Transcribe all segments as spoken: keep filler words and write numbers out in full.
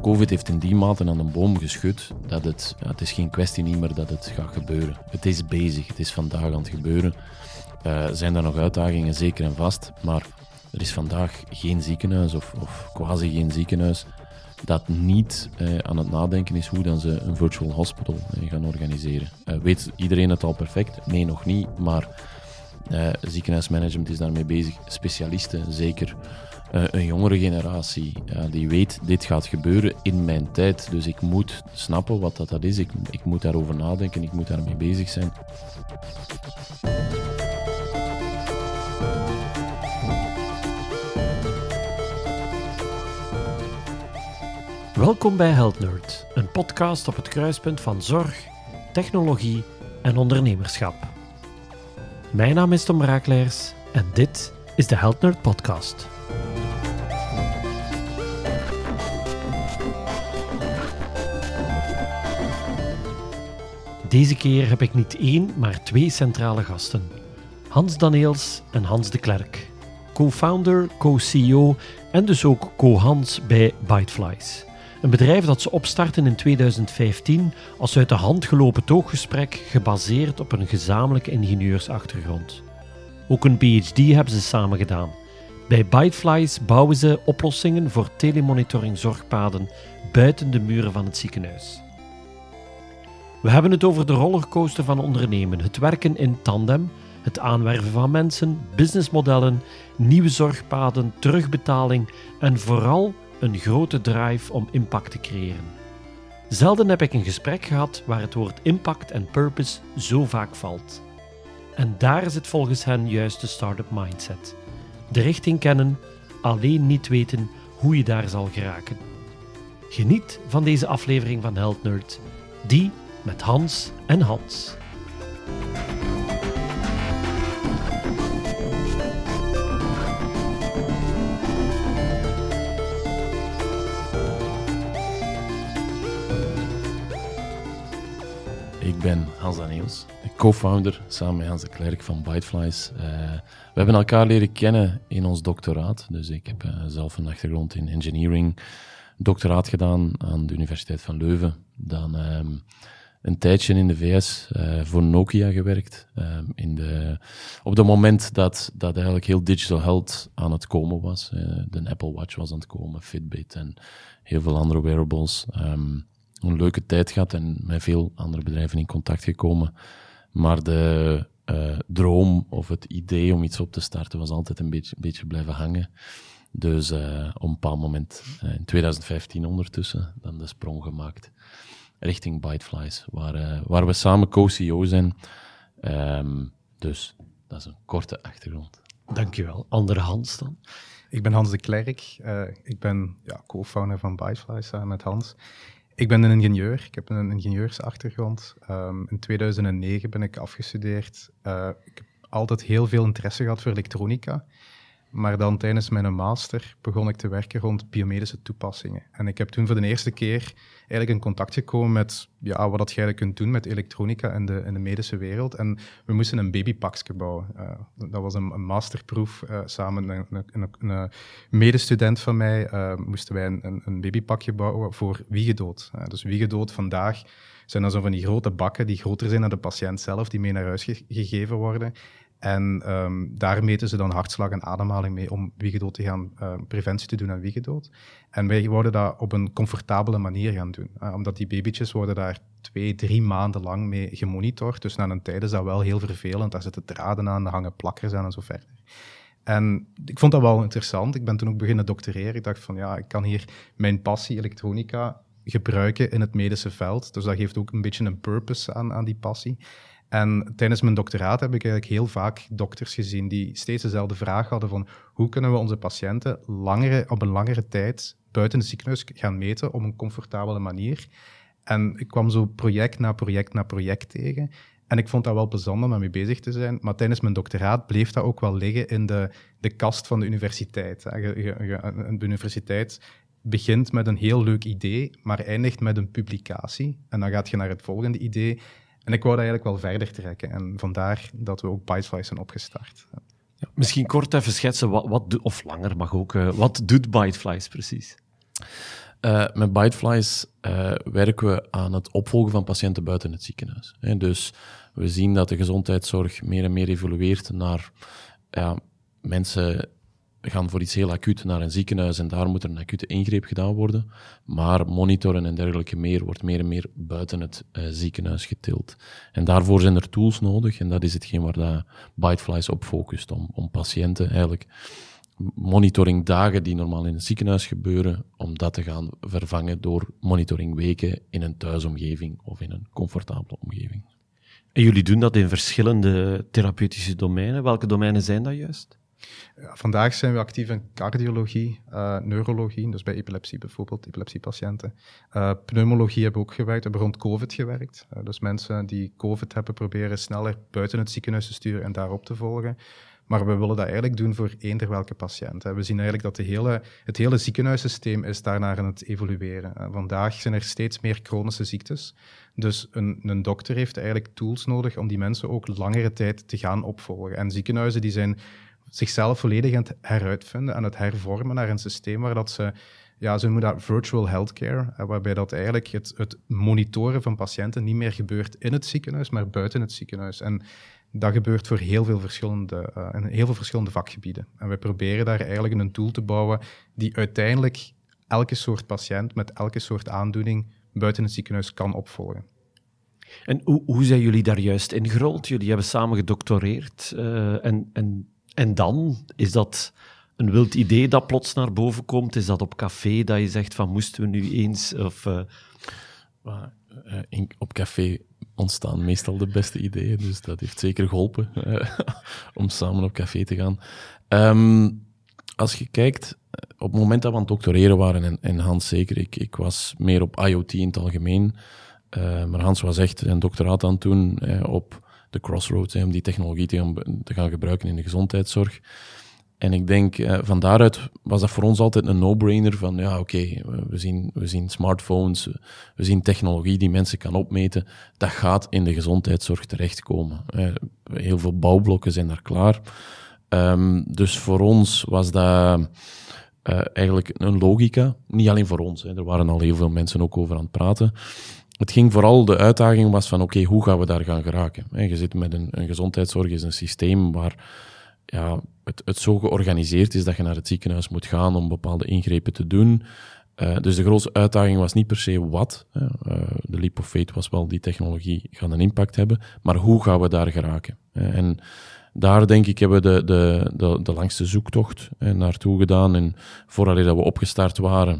COVID heeft in die mate aan een boom geschud dat het, ja, het is geen kwestie niet meer dat het gaat gebeuren. Het is bezig, het is vandaag aan het gebeuren. Uh, zijn er nog uitdagingen, zeker en vast, maar er is vandaag geen ziekenhuis of, of quasi geen ziekenhuis dat niet uh, aan het nadenken is hoe dan ze een virtual hospital uh, gaan organiseren. Uh, weet iedereen het al perfect? Nee, nog niet, maar uh, ziekenhuismanagement is daarmee bezig. Specialisten, zeker uh, een jongere generatie, uh, die weet, dit gaat gebeuren in mijn tijd, dus ik moet snappen wat dat, dat is. Ik, ik moet daarover nadenken, ik moet daarmee bezig zijn. Welkom bij Health Nerd, een podcast op het kruispunt van zorg, technologie en ondernemerschap. Mijn naam is Tom Raakleers en dit is de Health Nerd podcast. Deze keer heb ik niet één, maar twee centrale gasten. Hans Daneels en Hans de Klerk, co-founder, co-C E O en dus ook co-Hans bij Byteflies. Een bedrijf dat ze opstarten in tweeduizend vijftien als uit de hand gelopen tooggesprek gebaseerd op een gezamenlijke ingenieursachtergrond. Ook een P H D hebben ze samen gedaan. Bij Byteflies bouwen ze oplossingen voor telemonitoring zorgpaden buiten de muren van het ziekenhuis. We hebben het over de rollercoaster van ondernemen, het werken in tandem, het aanwerven van mensen, businessmodellen, nieuwe zorgpaden, terugbetaling en vooral een grote drive om impact te creëren. Zelden heb ik een gesprek gehad waar het woord impact en purpose zo vaak valt. En daar is het volgens hen juist de start-up mindset. De richting kennen, alleen niet weten hoe je daar zal geraken. Geniet van deze aflevering van Health Nerd, die met Hans en Hans. Ik ben Hans Daneels, co-founder samen met Hans de Klerk van Byteflies. Uh, we hebben elkaar leren kennen in ons doctoraat. Dus ik heb uh, zelf een achtergrond in engineering, doctoraat gedaan aan de Universiteit van Leuven. Dan um, een tijdje in de V S uh, voor Nokia gewerkt. Um, in de, op het moment dat, dat eigenlijk heel digital health aan het komen was. Uh, de Apple Watch was aan het komen, Fitbit en heel veel andere wearables. Um, een leuke tijd gehad en met veel andere bedrijven in contact gekomen. Maar de uh, droom of het idee om iets op te starten was altijd een beetje, een beetje blijven hangen. Dus uh, op een bepaald moment, uh, in tweeduizend vijftien ondertussen, dan de sprong gemaakt richting Byteflies, waar, uh, waar we samen co-C E O zijn. Um, dus dat is een korte achtergrond. Dankjewel. Andere Hans dan? Ik ben Hans de Klerk. Uh, ik ben ja, co-founder van Byteflies samen met Hans. Ik ben een ingenieur, ik heb een ingenieursachtergrond. Um, in tweeduizend negen ben ik afgestudeerd. Uh, ik heb altijd heel veel interesse gehad voor elektronica. Maar dan tijdens mijn master begon ik te werken rond biomedische toepassingen. En ik heb toen voor de eerste keer eigenlijk in contact gekomen met ja, wat dat je eigenlijk kunt doen met elektronica in de, in de medische wereld. En we moesten een babypakje bouwen. Uh, dat was een, een masterproef. Uh, samen met een, een, een, een medestudent van mij uh, moesten wij een, een babypakje bouwen voor wiegedood. Uh, dus wiegedood vandaag zijn dan zo van die grote bakken die groter zijn dan de patiënt zelf, die mee naar huis ge- gegeven worden. En um, daar meten ze dan hartslag en ademhaling mee om wiegedood te gaan, uh, preventie te doen aan wiegedood. En wij worden dat op een comfortabele manier gaan doen. Uh, omdat die babytjes worden daar twee, drie maanden lang mee gemonitord. Dus na een tijd is dat wel heel vervelend. Daar zitten draden aan, daar hangen plakkers aan en zo verder. En ik vond dat wel interessant. Ik ben toen ook beginnen doctoreren. Ik dacht van ja, ik kan hier mijn passie elektronica gebruiken in het medische veld. Dus dat geeft ook een beetje een purpose aan, aan die passie. En tijdens mijn doctoraat heb ik eigenlijk heel vaak dokters gezien die steeds dezelfde vraag hadden van hoe kunnen we onze patiënten langere, op een langere tijd buiten het ziekenhuis gaan meten op een comfortabele manier. En ik kwam zo project na project na project tegen. En ik vond dat wel plezant om daarmee bezig te zijn. Maar tijdens mijn doctoraat bleef dat ook wel liggen in de, de kast van de universiteit. De universiteit begint met een heel leuk idee, maar eindigt met een publicatie. En dan gaat je naar het volgende idee. En ik wou dat eigenlijk wel verder trekken. En vandaar dat we ook Byteflies zijn opgestart. Ja, misschien kort even schetsen, wat, wat do- of langer mag ook. Uh, wat doet Byteflies precies? Uh, met Biteflies uh, werken we aan het opvolgen van patiënten buiten het ziekenhuis. Hè. Dus we zien dat de gezondheidszorg meer en meer evolueert naar ja, mensen gaan voor iets heel acuut naar een ziekenhuis en daar moet er een acute ingreep gedaan worden. Maar monitoren en dergelijke meer wordt meer en meer buiten het uh, ziekenhuis getild. En daarvoor zijn er tools nodig en dat is hetgeen waar dat Biteflies op focust, om, om patiënten eigenlijk monitoringdagen die normaal in het ziekenhuis gebeuren, om dat te gaan vervangen door monitoringweken in een thuisomgeving of in een comfortabele omgeving. En jullie doen dat in verschillende therapeutische domeinen. Welke domeinen zijn dat juist? Ja, vandaag zijn we actief in cardiologie, uh, neurologie, dus bij epilepsie bijvoorbeeld, epilepsiepatiënten. Uh, pneumologie hebben we ook gewerkt, we hebben rond COVID gewerkt. Uh, dus mensen die COVID hebben proberen sneller buiten het ziekenhuis te sturen en daarop te volgen. Maar we willen dat eigenlijk doen voor eender welke patiënt. We zien eigenlijk dat de hele, het hele ziekenhuissysteem is daarnaar aan het evolueren. Vandaag zijn er steeds meer chronische ziektes. Dus een, een dokter heeft eigenlijk tools nodig om die mensen ook langere tijd te gaan opvolgen. En ziekenhuizen die zijn zichzelf volledig aan het heruitvinden, aan het hervormen naar een systeem waar dat ze, ja, ze noemen dat virtual healthcare, waarbij dat eigenlijk het, het monitoren van patiënten niet meer gebeurt in het ziekenhuis, maar buiten het ziekenhuis. En dat gebeurt voor heel veel verschillende, uh, in heel veel verschillende vakgebieden. En we proberen daar eigenlijk een tool te bouwen die uiteindelijk elke soort patiënt met elke soort aandoening buiten het ziekenhuis kan opvolgen. En hoe, hoe zijn jullie daar juist ingerold? Jullie hebben samen gedoctoreerd. Uh, en, en, en dan? Is dat een wild idee dat plots naar boven komt? Is dat op café dat je zegt van moesten we nu eens? Of, uh... uh, in, op café ontstaan meestal de beste ideeën, dus dat heeft zeker geholpen uh, om samen op café te gaan. Um, als je kijkt, op het moment dat we aan het doctoreren waren, en, en Hans zeker, ik, ik was meer op IoT in het algemeen, uh, maar Hans was echt een doctoraat aan het doen uh, op de crossroads, uh, om die technologie te gaan, te gaan gebruiken in de gezondheidszorg. En ik denk, uh, van daaruit was dat voor ons altijd een no-brainer van, ja, oké, okay, we zien, we zien smartphones, we zien technologie die mensen kan opmeten, dat gaat in de gezondheidszorg terechtkomen. Uh, heel veel bouwblokken zijn daar klaar. Um, dus voor ons was dat uh, eigenlijk een logica, niet alleen voor ons, hè. Er waren al heel veel mensen ook over aan het praten. Het ging vooral, de uitdaging was van, oké, okay, hoe gaan we daar gaan geraken? Hè? Je zit met een, een gezondheidszorg, is een systeem waar ja, het, het zo georganiseerd is dat je naar het ziekenhuis moet gaan om bepaalde ingrepen te doen. Uh, dus de grootste uitdaging was niet per se wat. Uh, de leap of faith was wel, die technologie gaat een impact hebben, maar hoe gaan we daar geraken? Uh, en daar, denk ik, hebben we de, de, de, de langste zoektocht uh, naartoe gedaan. En voordat we opgestart waren,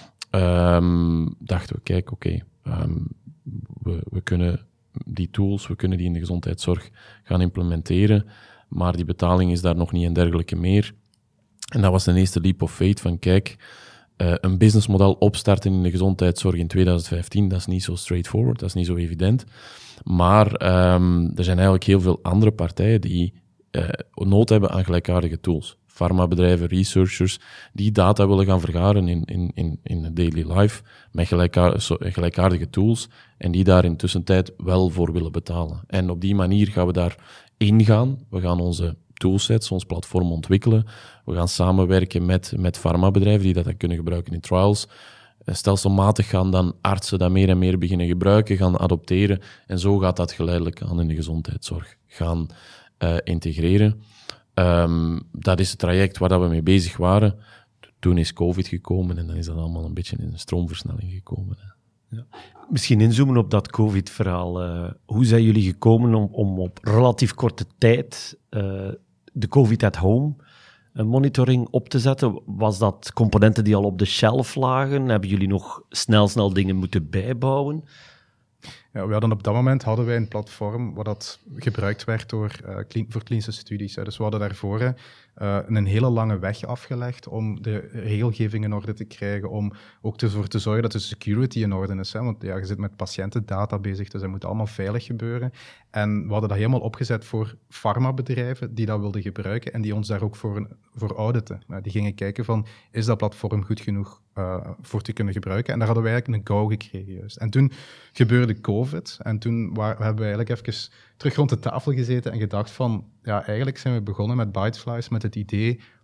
um, dachten we, kijk, oké, okay, um, we, we kunnen die tools, we kunnen die in de gezondheidszorg gaan implementeren, maar die betaling is daar nog niet en dergelijke meer. En dat was de eerste leap of faith van, kijk, uh, een businessmodel opstarten in de gezondheidszorg in twintig vijftien, dat is niet zo straightforward, dat is niet zo evident. Maar um, er zijn eigenlijk heel veel andere partijen die uh, nood hebben aan gelijkaardige tools. Pharmabedrijven, researchers, die data willen gaan vergaren in, in, in, in de daily life met gelijkaardige, gelijkaardige tools en die daar in tussentijd wel voor willen betalen. En op die manier gaan we daar ingaan. We gaan onze toolsets, ons platform ontwikkelen. We gaan samenwerken met, met pharmabedrijven die dat dan kunnen gebruiken in trials. Stelselmatig gaan dan artsen dat meer en meer beginnen gebruiken, gaan adopteren. En zo gaat dat geleidelijk aan in de gezondheidszorg gaan uh, integreren. Um, dat is het traject waar dat we mee bezig waren. Toen is COVID gekomen en dan is dat allemaal een beetje in een stroomversnelling gekomen. Hè. Ja. Misschien inzoomen op dat COVID-verhaal. Uh, hoe zijn jullie gekomen om, om op relatief korte tijd uh, de COVID at home uh, monitoring op te zetten? Was dat componenten die al op de shelf lagen? Hebben jullie nog snel, snel dingen moeten bijbouwen? Ja, we hadden op dat moment hadden wij een platform waar dat gebruikt werd door, uh, clean, voor klinische studies. Hè. Dus we hadden daarvoor uh, een hele lange weg afgelegd om de regelgeving in orde te krijgen, om ook ervoor te zorgen dat de security in orde is. Hè. Want ja, je zit met patiëntendata bezig, dus dat moet allemaal veilig gebeuren. En we hadden dat helemaal opgezet voor farmabedrijven die dat wilden gebruiken en die ons daar ook voor, voor auditen. Uh, die gingen kijken van, is dat platform goed genoeg uh, voor te kunnen gebruiken? En daar hadden wij eigenlijk een go gekregen juist. En toen gebeurde COVID en toen waar, hebben we eigenlijk even terug rond de tafel gezeten en gedacht van, ja, eigenlijk zijn we begonnen met Biteflies met het idee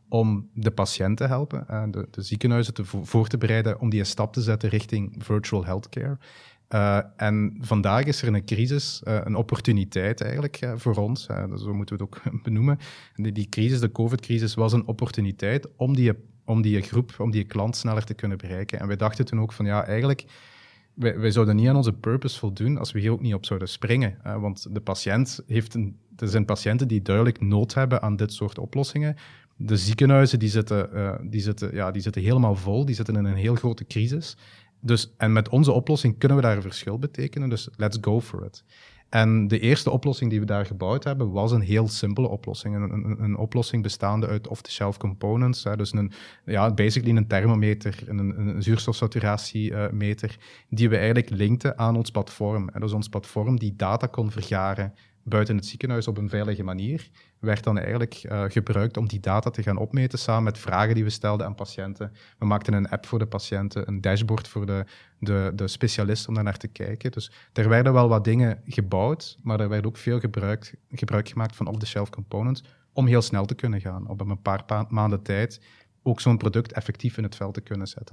om de patiënt te helpen, uh, de, de ziekenhuizen te vo- voor te bereiden om die een stap te zetten richting virtual healthcare. Uh, en vandaag is er een crisis, uh, een opportuniteit eigenlijk uh, voor ons, uh, zo moeten we het ook benoemen. Die, die crisis, de COVID-crisis, was een opportuniteit om die, om die groep, om die klant sneller te kunnen bereiken. En wij dachten toen ook van ja, eigenlijk, wij, wij zouden niet aan onze purpose voldoen als we hier ook niet op zouden springen. Uh, want de patiënt heeft een, er zijn patiënten die duidelijk nood hebben aan dit soort oplossingen. De ziekenhuizen die zitten, uh, die zitten, ja, die zitten helemaal vol, die zitten in een heel grote crisis. Dus, en met onze oplossing kunnen we daar een verschil betekenen, dus let's go for it. En de eerste oplossing die we daar gebouwd hebben, was een heel simpele oplossing. Een, een, een oplossing bestaande uit off-the-shelf components, hè, dus een, ja, basically een thermometer, een, een zuurstofsaturatiemeter, die we eigenlijk linkten aan ons platform. En dus ons platform die data kon vergaren buiten het ziekenhuis op een veilige manier, werd dan eigenlijk uh, gebruikt om die data te gaan opmeten samen met vragen die we stelden aan patiënten. We maakten een app voor de patiënten, een dashboard voor de, de, de specialist om daar naar te kijken. Dus er werden wel wat dingen gebouwd, maar er werd ook veel gebruik, gebruik gemaakt van off-the-shelf components om heel snel te kunnen gaan, op een paar pa- maanden tijd ook zo'n product effectief in het veld te kunnen zetten.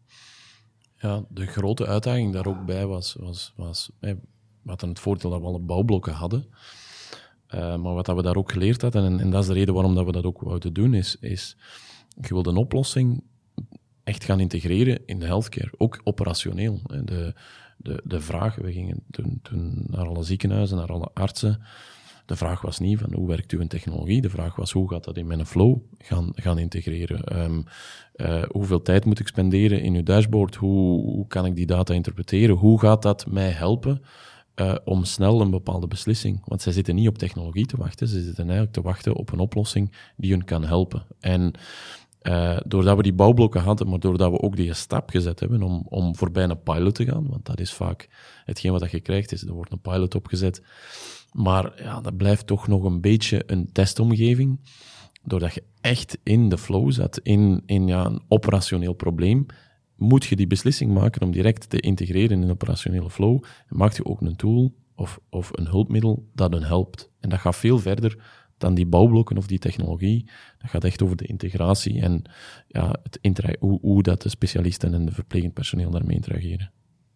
Ja, de grote uitdaging daar ook bij was, was, was eh, we hadden het voordeel dat we alle bouwblokken hadden. Uh, maar wat dat we daar ook geleerd hadden, en, en dat is de reden waarom dat we dat ook wouden doen, is, is je wilt een oplossing echt gaan integreren in de healthcare, ook operationeel. De, de, de vraag, we gingen toen, toen naar alle ziekenhuizen, naar alle artsen, de vraag was niet van hoe werkt uw technologie, de vraag was hoe gaat dat in mijn flow gaan, gaan integreren. Um, uh, hoeveel tijd moet ik spenderen in uw dashboard, hoe, hoe kan ik die data interpreteren, hoe gaat dat mij helpen Uh, om snel een bepaalde beslissing. Want zij zitten niet op technologie te wachten, ze zitten eigenlijk te wachten op een oplossing die hun kan helpen. En uh, doordat we die bouwblokken hadden, maar doordat we ook die stap gezet hebben om, om voorbij een pilot te gaan, want dat is vaak hetgeen wat je krijgt, is er wordt een pilot opgezet. Maar ja, dat blijft toch nog een beetje een testomgeving. Doordat je echt in de flow zat, in, in ja, een operationeel probleem, moet je die beslissing maken om direct te integreren in een operationele flow. En maakt je ook een tool of, of een hulpmiddel dat hen helpt. En dat gaat veel verder dan die bouwblokken of die technologie. Dat gaat echt over de integratie en ja, het intera- hoe, hoe dat de specialisten en de verplegend personeel daarmee interageren.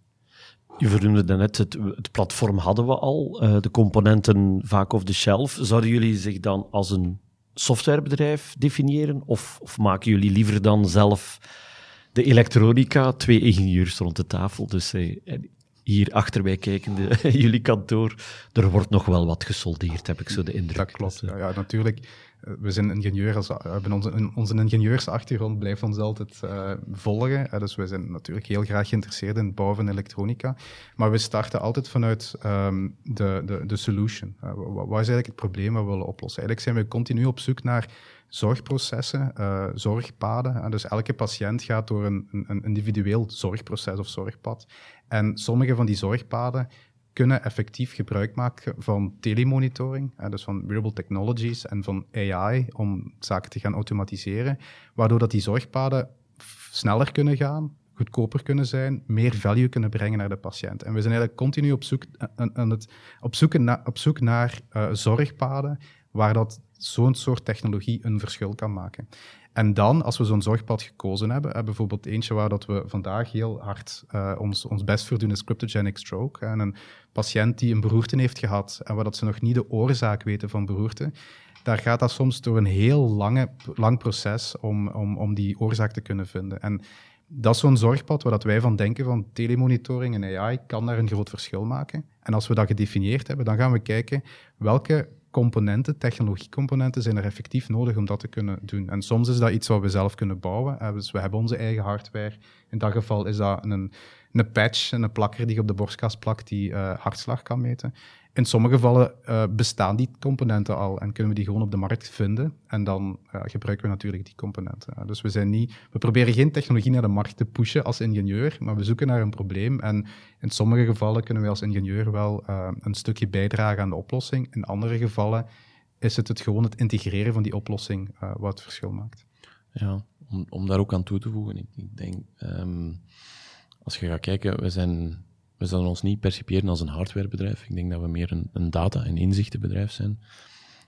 Je vernoemde daarnet, het, het platform hadden we al, uh, de componenten vaak off the shelf. Zouden jullie zich dan als een softwarebedrijf definiëren? Of, of maken jullie liever dan zelf de elektronica, twee ingenieurs rond de tafel, dus eh, hier achter mij kijkende, jullie kantoor, er wordt nog wel wat gesoldeerd, heb ik zo de indruk. Dat klopt, ja, ja natuurlijk. We zijn ingenieurs, we hebben onze, onze ingenieursachtergrond blijft ons altijd uh, volgen. Uh, dus we zijn natuurlijk heel graag geïnteresseerd in het bouwen van elektronica. Maar we starten altijd vanuit um, de, de, de solution. Uh, wat is eigenlijk het probleem dat we willen oplossen? Eigenlijk zijn we continu op zoek naar zorgprocessen, uh, zorgpaden. Uh, dus elke patiënt gaat door een, een individueel zorgproces of zorgpad. En sommige van die zorgpaden kunnen effectief gebruik maken van telemonitoring, uh, dus van wearable technologies en van A I om zaken te gaan automatiseren, waardoor dat die zorgpaden f- sneller kunnen gaan, goedkoper kunnen zijn, meer value kunnen brengen naar de patiënt. En we zijn eigenlijk continu op zoek, aan, aan het, op zoek, na, op zoek naar uh, zorgpaden waar dat zo'n soort technologie een verschil kan maken. En dan, als we zo'n zorgpad gekozen hebben, uh, bijvoorbeeld eentje waar dat we vandaag heel hard uh, ons, ons best voor doen, is cryptogenic stroke. En een patiënt die een beroerte heeft gehad en waar dat ze nog niet de oorzaak weten van beroerte, daar gaat dat soms door een heel lange, lang proces om, om, om die oorzaak te kunnen vinden. En dat is zo'n zorgpad waar dat wij van denken, van telemonitoring en A I, kan daar een groot verschil maken. En als we dat gedefinieerd hebben, dan gaan we kijken welke componenten, technologiecomponenten, zijn er effectief nodig om dat te kunnen doen. En soms is dat iets wat we zelf kunnen bouwen. Dus we hebben onze eigen hardware. In dat geval is dat een, een patch, een plakker die je op de borstkas plakt, die uh, hartslag kan meten. In sommige gevallen uh, bestaan die componenten al en kunnen we die gewoon op de markt vinden. En dan uh, gebruiken we natuurlijk die componenten. Uh, dus we zijn niet, we proberen geen technologie naar de markt te pushen als ingenieur, maar we zoeken naar een probleem. En in sommige gevallen kunnen we als ingenieur wel uh, een stukje bijdragen aan de oplossing. In andere gevallen is het, het gewoon het integreren van die oplossing uh, wat het verschil maakt. Ja, om, om daar ook aan toe te voegen. Ik, ik denk, um, als je gaat kijken, we zijn... We zullen ons niet percipiëren als een hardwarebedrijf. Ik denk dat we meer een, een data- en inzichtenbedrijf zijn.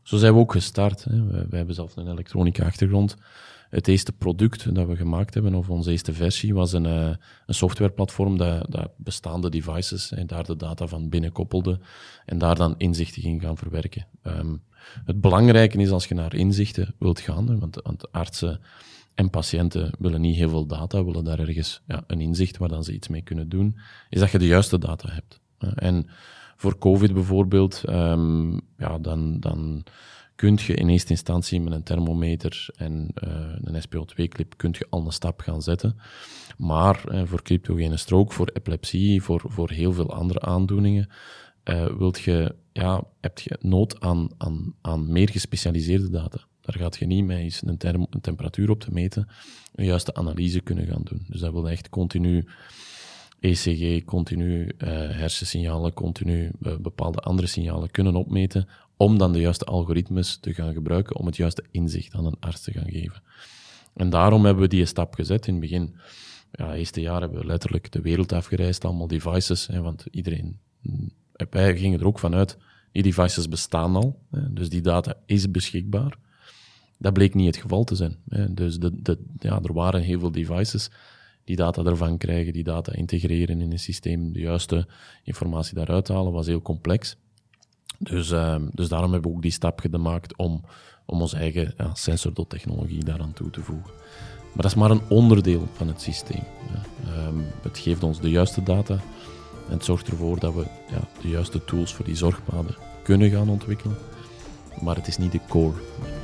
zo zijn we ook gestart. Hè. We, we hebben zelf een elektronica-achtergrond. Het eerste product dat we gemaakt hebben, of onze eerste versie, was een, uh, een softwareplatform dat, dat bestaande devices, en daar de data van binnenkoppelde en daar dan inzichten in gaan verwerken. Um, het belangrijke is als je naar inzichten wilt gaan, hè, want, want artsen en patiënten willen niet heel veel data, willen daar ergens ja, een inzicht waar dan ze iets mee kunnen doen, is dat je de juiste data hebt. Uh, en voor COVID bijvoorbeeld, um, ja, dan... dan kun je in eerste instantie met een thermometer en uh, een S P O twee clip kun je al een stap gaan zetten. Maar uh, voor cryptogene stroke, voor epilepsie, voor, voor heel veel andere aandoeningen, uh, wilt je, ja, heb je nood aan, aan, aan meer gespecialiseerde data. Daar gaat je niet met eens een, term, een temperatuur op te meten, een juiste analyse kunnen gaan doen. Dus dat wil echt continu E C G, continu uh, hersensignalen, continu uh, bepaalde andere signalen kunnen opmeten, om dan de juiste algoritmes te gaan gebruiken om het juiste inzicht aan een arts te gaan geven. En daarom hebben we die stap gezet. In het begin, ja, het eerste jaar hebben we letterlijk de wereld afgereisd, allemaal devices, hè, want iedereen, wij gingen er ook vanuit, die devices bestaan al, hè, dus die data is beschikbaar. Dat bleek niet het geval te zijn. Hè. Dus de, de, ja, er waren heel veel devices die data ervan krijgen, die data integreren in een systeem, de juiste informatie daaruit halen, was heel complex. Dus, uh, dus daarom hebben we ook die stap gemaakt om, om onze eigen ja, sensor-dot-technologie daaraan toe te voegen. Maar dat is maar een onderdeel van het systeem. Ja. Um, het geeft ons de juiste data en het zorgt ervoor dat we ja, de juiste tools voor die zorgpaden kunnen gaan ontwikkelen. Maar het is niet de core.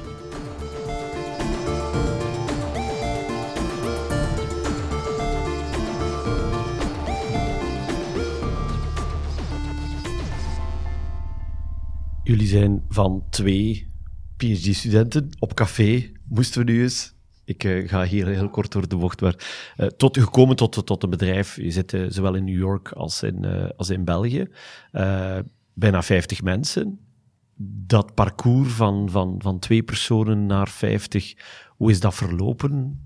Jullie zijn van twee P H D-studenten op café, moesten we nu eens. Ik uh, ga hier heel kort door de bocht, maar uh, tot, gekomen tot, tot een bedrijf. Je zit uh, zowel in New York als in, uh, als in België. Uh, bijna vijftig mensen. Dat parcours van, van, van twee personen naar vijftig, hoe is dat verlopen?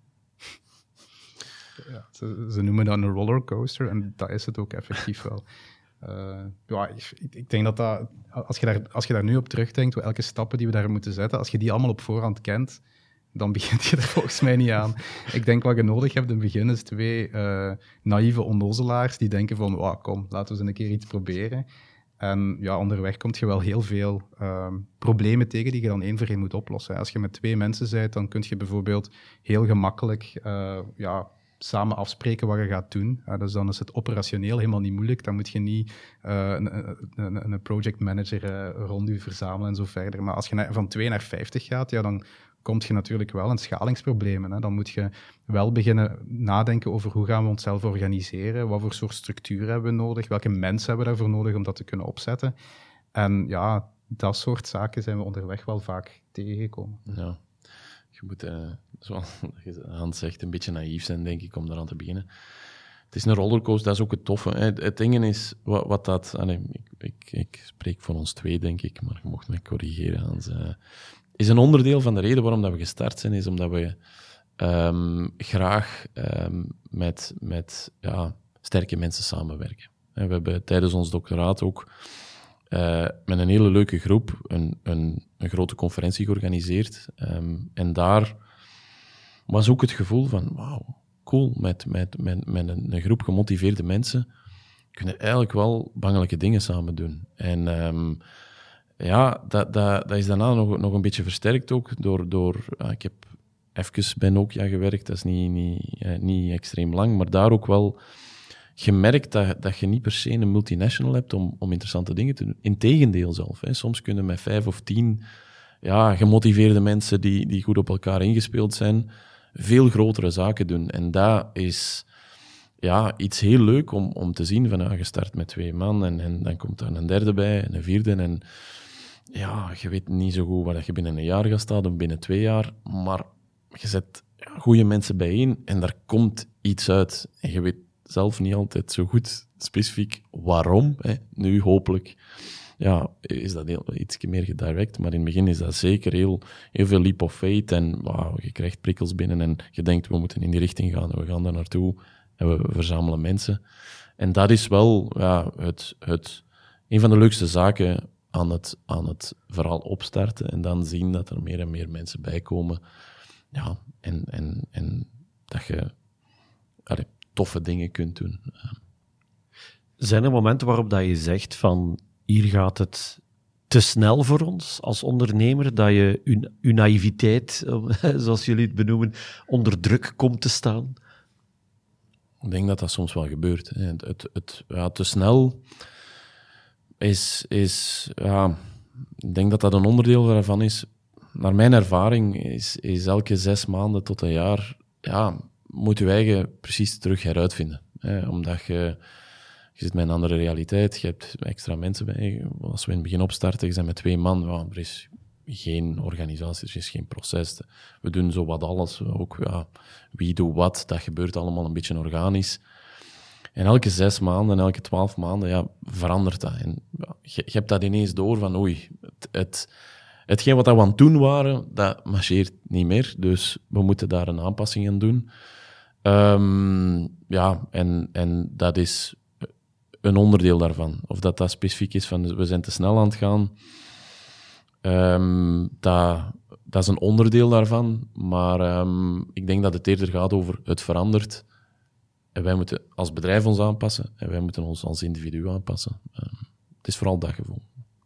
Ja, ze, ze noemen dat een rollercoaster en dat is het ook effectief wel. Uh, ja, ik, ik denk dat dat, als je, daar, als je daar nu op terugdenkt, welke stappen die we daar moeten zetten, als je die allemaal op voorhand kent, dan begint je er volgens mij niet aan. Ik denk wat je nodig hebt in het begin is twee uh, naïeve onnozelaars die denken van, oh, kom, laten we eens een keer iets proberen. En ja, onderweg komt je wel heel veel uh, problemen tegen die je dan één voor één moet oplossen. Als je met twee mensen bent, dan kun je bijvoorbeeld heel gemakkelijk uh, ja, samen afspreken wat je gaat doen. Uh, dus dan is het operationeel helemaal niet moeilijk. Dan moet je niet uh, een, een, een project manager uh, rond je verzamelen en zo verder. Maar als je naar, van twee naar vijftig gaat, ja, dan kom je natuurlijk wel in schalingsproblemen. Hè. Dan moet je wel beginnen nadenken over hoe gaan we onszelf organiseren, wat voor soort structuur hebben we nodig, welke mensen hebben we daarvoor nodig om dat te kunnen opzetten. En ja, dat soort zaken zijn we onderweg wel vaak tegengekomen. Ja. Je moet, uh, zoals Hans zegt, een beetje naïef zijn, denk ik, om daaraan te beginnen. Het is een rollercoaster, dat is ook het toffe. Hè. Het ding is, wat, wat dat... Allee, ik, ik, ik spreek voor ons twee, denk ik, maar je mocht me corrigeren, Hans. Uh, is een onderdeel van de reden waarom dat we gestart zijn, is omdat we um, graag um, met, met ja, sterke mensen samenwerken. En we hebben tijdens ons doctoraat ook uh, met een hele leuke groep een, een, een grote conferentie georganiseerd. Um, en daar was ook het gevoel van, wauw, cool, met, met, met, met een, een groep gemotiveerde mensen kunnen eigenlijk wel bangelijke dingen samen doen. En um, ja, dat, dat, dat is daarna nog, nog een beetje versterkt ook door... door uh, ik heb even bij Nokia gewerkt, dat is niet, niet, uh, niet extreem lang, maar daar ook wel gemerkt dat, dat je niet per se een multinational hebt om, om interessante dingen te doen. Integendeel zelf. Hè. Soms kunnen met vijf of tien ja, gemotiveerde mensen die, die goed op elkaar ingespeeld zijn, veel grotere zaken doen. En dat is ja, iets heel leuk om, om te zien van, ja, je start met twee man en, en dan komt er een derde bij en een vierde en ja, je weet niet zo goed waar je binnen een jaar gaat staan of binnen twee jaar, maar je zet ja, goede mensen bijeen en daar komt iets uit. En je weet zelf niet altijd zo goed specifiek waarom. Hè. Nu hopelijk ja, is dat heel, iets meer gedirect, maar in het begin is dat zeker heel, heel veel leap of faith en wow, je krijgt prikkels binnen en je denkt, we moeten in die richting gaan en we gaan daar naartoe en we verzamelen mensen. En dat is wel ja, het, het, een van de leukste zaken aan het, aan het vooral opstarten en dan zien dat er meer en meer mensen bijkomen. Ja, en, en, en dat je allee, toffe dingen kunt doen. Zijn er momenten waarop dat je zegt van hier gaat het te snel voor ons als ondernemer, dat je je, je naïviteit, zoals jullie het benoemen, onder druk komt te staan? Ik denk dat dat soms wel gebeurt. Hè. Het, het, het, ja, te snel is... is ja, ik denk dat dat een onderdeel daarvan is. Naar mijn ervaring is, is elke zes maanden tot een jaar... Ja, moet je eigen precies terug heruitvinden. Hè. Omdat je... Je zit met een andere realiteit, je hebt extra mensen bij. Als we in het begin opstarten, je bent met twee man, ja, er is geen organisatie, er is geen proces. We doen zo wat alles, ook ja, wie doet wat, dat gebeurt allemaal een beetje organisch. En elke zes maanden, elke twaalf maanden, ja, verandert dat. En ja, je, je hebt dat ineens door van, oei, het, het, hetgeen wat we aan het doen waren, dat marcheert niet meer, dus we moeten daar een aanpassing aan doen. Um, ja, en, en dat is... een onderdeel daarvan. Of dat dat specifiek is van, we zijn te snel aan het gaan. Um, dat, dat is een onderdeel daarvan. Maar um, ik denk dat het eerder gaat over het verandert. En wij moeten als bedrijf ons aanpassen. En wij moeten ons als individu aanpassen. Um, het is vooral dat gevoel.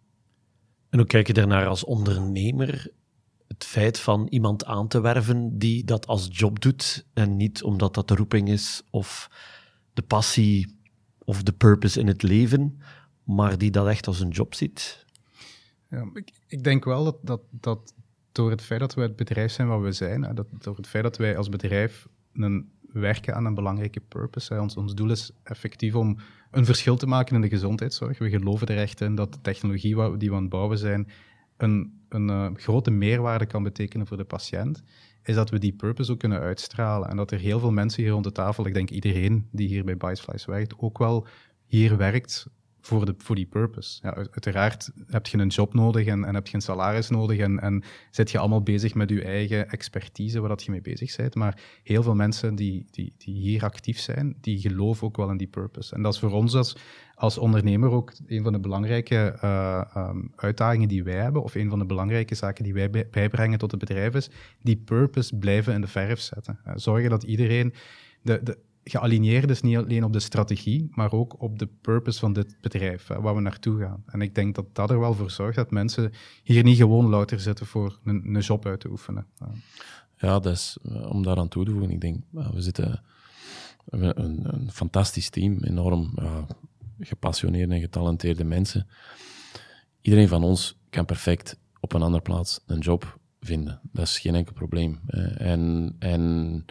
En hoe kijk je daarnaar als ondernemer? Het feit van iemand aan te werven die dat als job doet en niet omdat dat de roeping is of de passie of de purpose in het leven, maar die dat echt als een job ziet? Ja, ik, ik denk wel dat, dat, dat door het feit dat wij het bedrijf zijn wat we zijn, hè, dat, door het feit dat wij als bedrijf een, werken aan een belangrijke purpose, hè, ons, ons doel is effectief om een verschil te maken in de gezondheidszorg. We geloven er echt in dat de technologie die we aan het bouwen zijn een, een uh, grote meerwaarde kan betekenen voor de patiënt, is dat we die purpose ook kunnen uitstralen. En dat er heel veel mensen hier rond de tafel, ik denk iedereen die hier bij Biteflies werkt, ook wel hier werkt voor, de, voor die purpose. Ja, uiteraard heb je een job nodig en, en heb je een salaris nodig en, en zit je allemaal bezig met je eigen expertise, waar dat je mee bezig bent. Maar heel veel mensen die, die, die hier actief zijn, die geloven ook wel in die purpose. En dat is voor ons als, als ondernemer ook een van de belangrijke uh, um, uitdagingen die wij hebben, of een van de belangrijke zaken die wij bij, bijbrengen tot het bedrijf is, die purpose blijven in de verf zetten. Uh, zorgen dat iedereen... De, de, gealigneerd is niet alleen op de strategie, maar ook op de purpose van dit bedrijf, hè, waar we naartoe gaan. En ik denk dat dat er wel voor zorgt dat mensen hier niet gewoon louter zitten voor een, een job uit te oefenen. Ja, ja dat is, om daaraan toe te voegen, ik denk, we zitten een, een, een fantastisch team, enorm ja, gepassioneerde en getalenteerde mensen. Iedereen van ons kan perfect op een andere plaats een job vinden. Dat is geen enkel probleem. En... en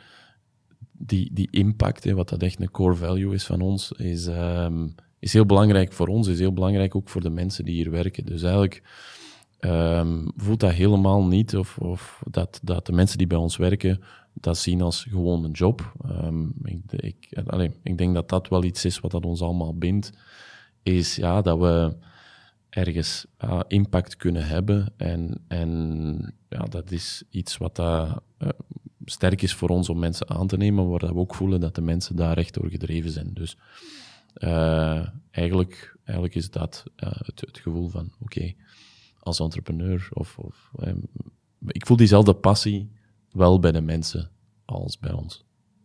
Die, die impact, hè, wat dat echt een core value is van ons, is, um, is heel belangrijk voor ons, is heel belangrijk ook voor de mensen die hier werken. Dus eigenlijk um, voelt dat helemaal niet, of, of dat, dat de mensen die bij ons werken dat zien als gewoon een job. Um, ik, ik, allez, ik denk dat dat wel iets is wat dat ons allemaal bindt, is ja, dat we ergens uh, impact kunnen hebben en, en ja, dat is iets wat dat... Uh, sterk is voor ons om mensen aan te nemen, waar we ook voelen dat de mensen daar echt door gedreven zijn. Dus uh, eigenlijk, eigenlijk is dat uh, het, het gevoel van, oké, okay, als entrepreneur, of, of um, ik voel diezelfde passie wel bij de mensen als bij ons.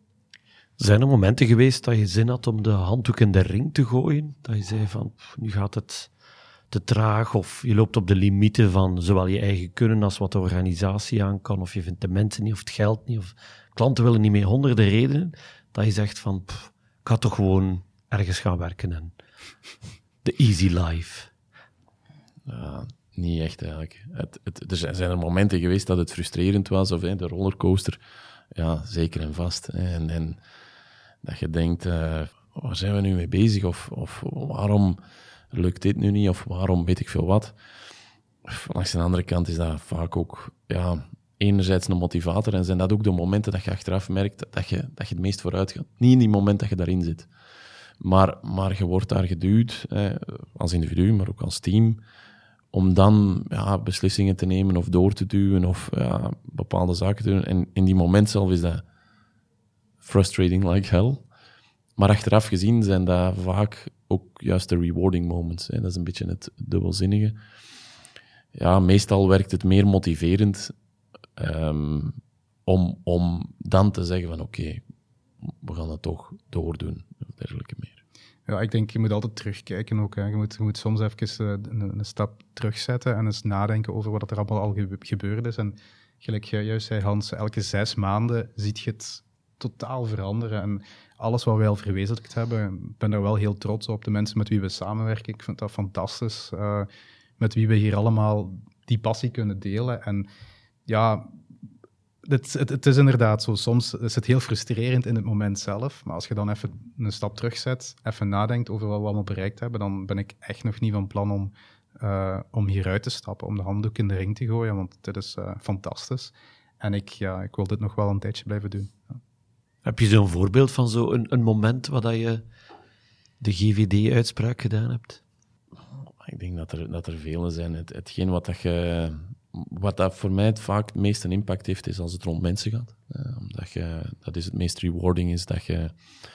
Zijn er momenten geweest dat je zin had om de handdoek in de ring te gooien? Dat je zei van, pff, nu gaat het te traag, of je loopt op de limieten van zowel je eigen kunnen als wat de organisatie aan kan, of je vindt de mensen niet, of het geld niet, of klanten willen niet meer, honderden redenen, dat je zegt van, pff, ik ga toch gewoon ergens gaan werken en de easy life. Ja, niet echt eigenlijk. Het, het, er zijn er momenten geweest dat het frustrerend was, of hè, de rollercoaster, ja, zeker en vast. Hè, en, en dat je denkt, uh, waar zijn we nu mee bezig, of, of waarom lukt dit nu niet, of waarom weet ik veel wat. Langs de andere kant is dat vaak ook ja, enerzijds een motivator en zijn dat ook de momenten dat je achteraf merkt dat je, dat je het meest vooruit gaat. Niet in die moment dat je daarin zit. Maar, maar je wordt daar geduwd, eh, als individu, maar ook als team, om dan ja, beslissingen te nemen of door te duwen of ja, bepaalde zaken te doen. En in die moment zelf is dat frustrating like hell. Maar achteraf gezien zijn dat vaak ook juist de rewarding moments. Hè. Dat is een beetje het dubbelzinnige. Ja, meestal werkt het meer motiverend um, om, om dan te zeggen van oké, okay, we gaan het toch doordoen, of dergelijke meer. Ja, ik denk, je moet altijd terugkijken ook. Hè. Je, moet, je moet soms even uh, een, een stap terugzetten en eens nadenken over wat er allemaal al ge- gebeurd is. En gelijk jij juist zei, Hans, elke zes maanden zie je het totaal veranderen. En alles wat wij al verwezenlijkt hebben, ik ben daar wel heel trots op. De mensen met wie we samenwerken, ik vind dat fantastisch. Uh, met wie we hier allemaal die passie kunnen delen. En ja... Het, het, het is inderdaad zo. Soms is het heel frustrerend in het moment zelf. Maar als je dan even een stap terugzet, even nadenkt over wat we allemaal bereikt hebben, dan ben ik echt nog niet van plan om, uh, om hieruit te stappen, om de handdoek in de ring te gooien, want dit is uh, fantastisch. En ik, ja, ik wil dit nog wel een tijdje blijven doen. Ja. Heb je zo'n voorbeeld van zo'n een moment waar dat je de G V D-uitspraak gedaan hebt? Ik denk dat er, dat er vele zijn. Het, hetgeen wat dat je... Wat dat voor mij het vaak het meeste impact heeft, is als het rond mensen gaat. Uh, omdat je, dat is het meest rewarding, is dat je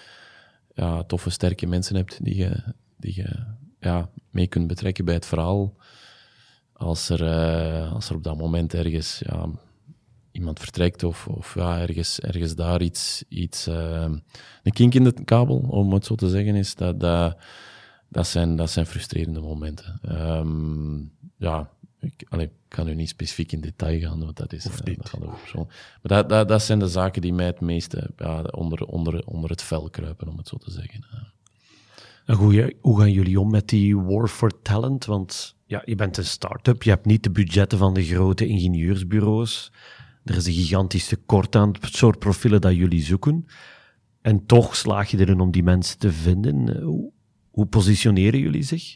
ja, toffe, sterke mensen hebt die je, die je ja, mee kunt betrekken bij het verhaal. Als er, uh, als er op dat moment ergens ja, iemand vertrekt of, of ja, ergens, ergens daar iets... iets uh, een kink in de kabel, om het zo te zeggen, is dat... dat, dat, zijn, dat zijn frustrerende momenten. Um, ja... Ik, allee, ik kan nu niet specifiek in detail gaan, want dat is... Of uh, niet. Dat gaat over persoon. Maar dat, dat, dat zijn de zaken die mij het meeste ja, onder, onder, onder het vel kruipen, om het zo te zeggen. En hoe, hoe gaan jullie om met die war for talent? Want ja, je bent een start-up, je hebt niet de budgetten van de grote ingenieursbureaus. Er is een gigantisch tekort aan het soort profielen dat jullie zoeken. En toch slaag je erin om die mensen te vinden. Hoe, hoe positioneren jullie zich?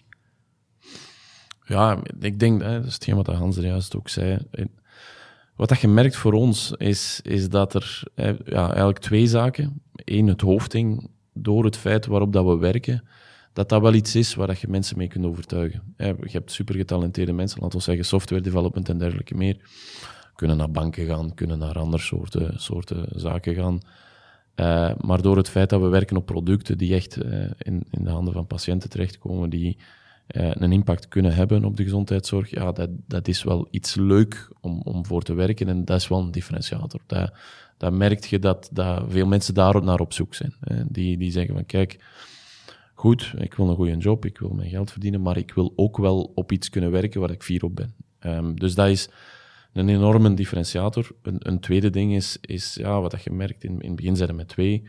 Ja, ik denk, hè, dat is hetgeen wat Hans er juist ook zei. Wat dat je merkt voor ons, is, is dat er hè, ja, eigenlijk twee zaken. Eén, het hoofdding, door het feit waarop dat we werken, dat dat wel iets is waar dat je mensen mee kunt overtuigen. Je hebt super getalenteerde mensen, laten we zeggen software development en dergelijke meer. Kunnen naar banken gaan, kunnen naar andere soorten, soorten zaken gaan. Uh, maar door het feit dat we werken op producten die echt uh, in, in de handen van patiënten terechtkomen, die uh, een impact kunnen hebben op de gezondheidszorg, ja, dat, dat is wel iets leuk om, om voor te werken en dat is wel een differentiator. Dat, dat merk je dat, dat veel mensen daar naar op zoek zijn. Hè. Die, die zeggen van, kijk, goed, ik wil een goede job, ik wil mijn geld verdienen, maar ik wil ook wel op iets kunnen werken waar ik fier op ben. Um, dus dat is een enorme differentiator. Een, een tweede ding is, is ja, wat dat je merkt, in, in het begin zijn er met twee.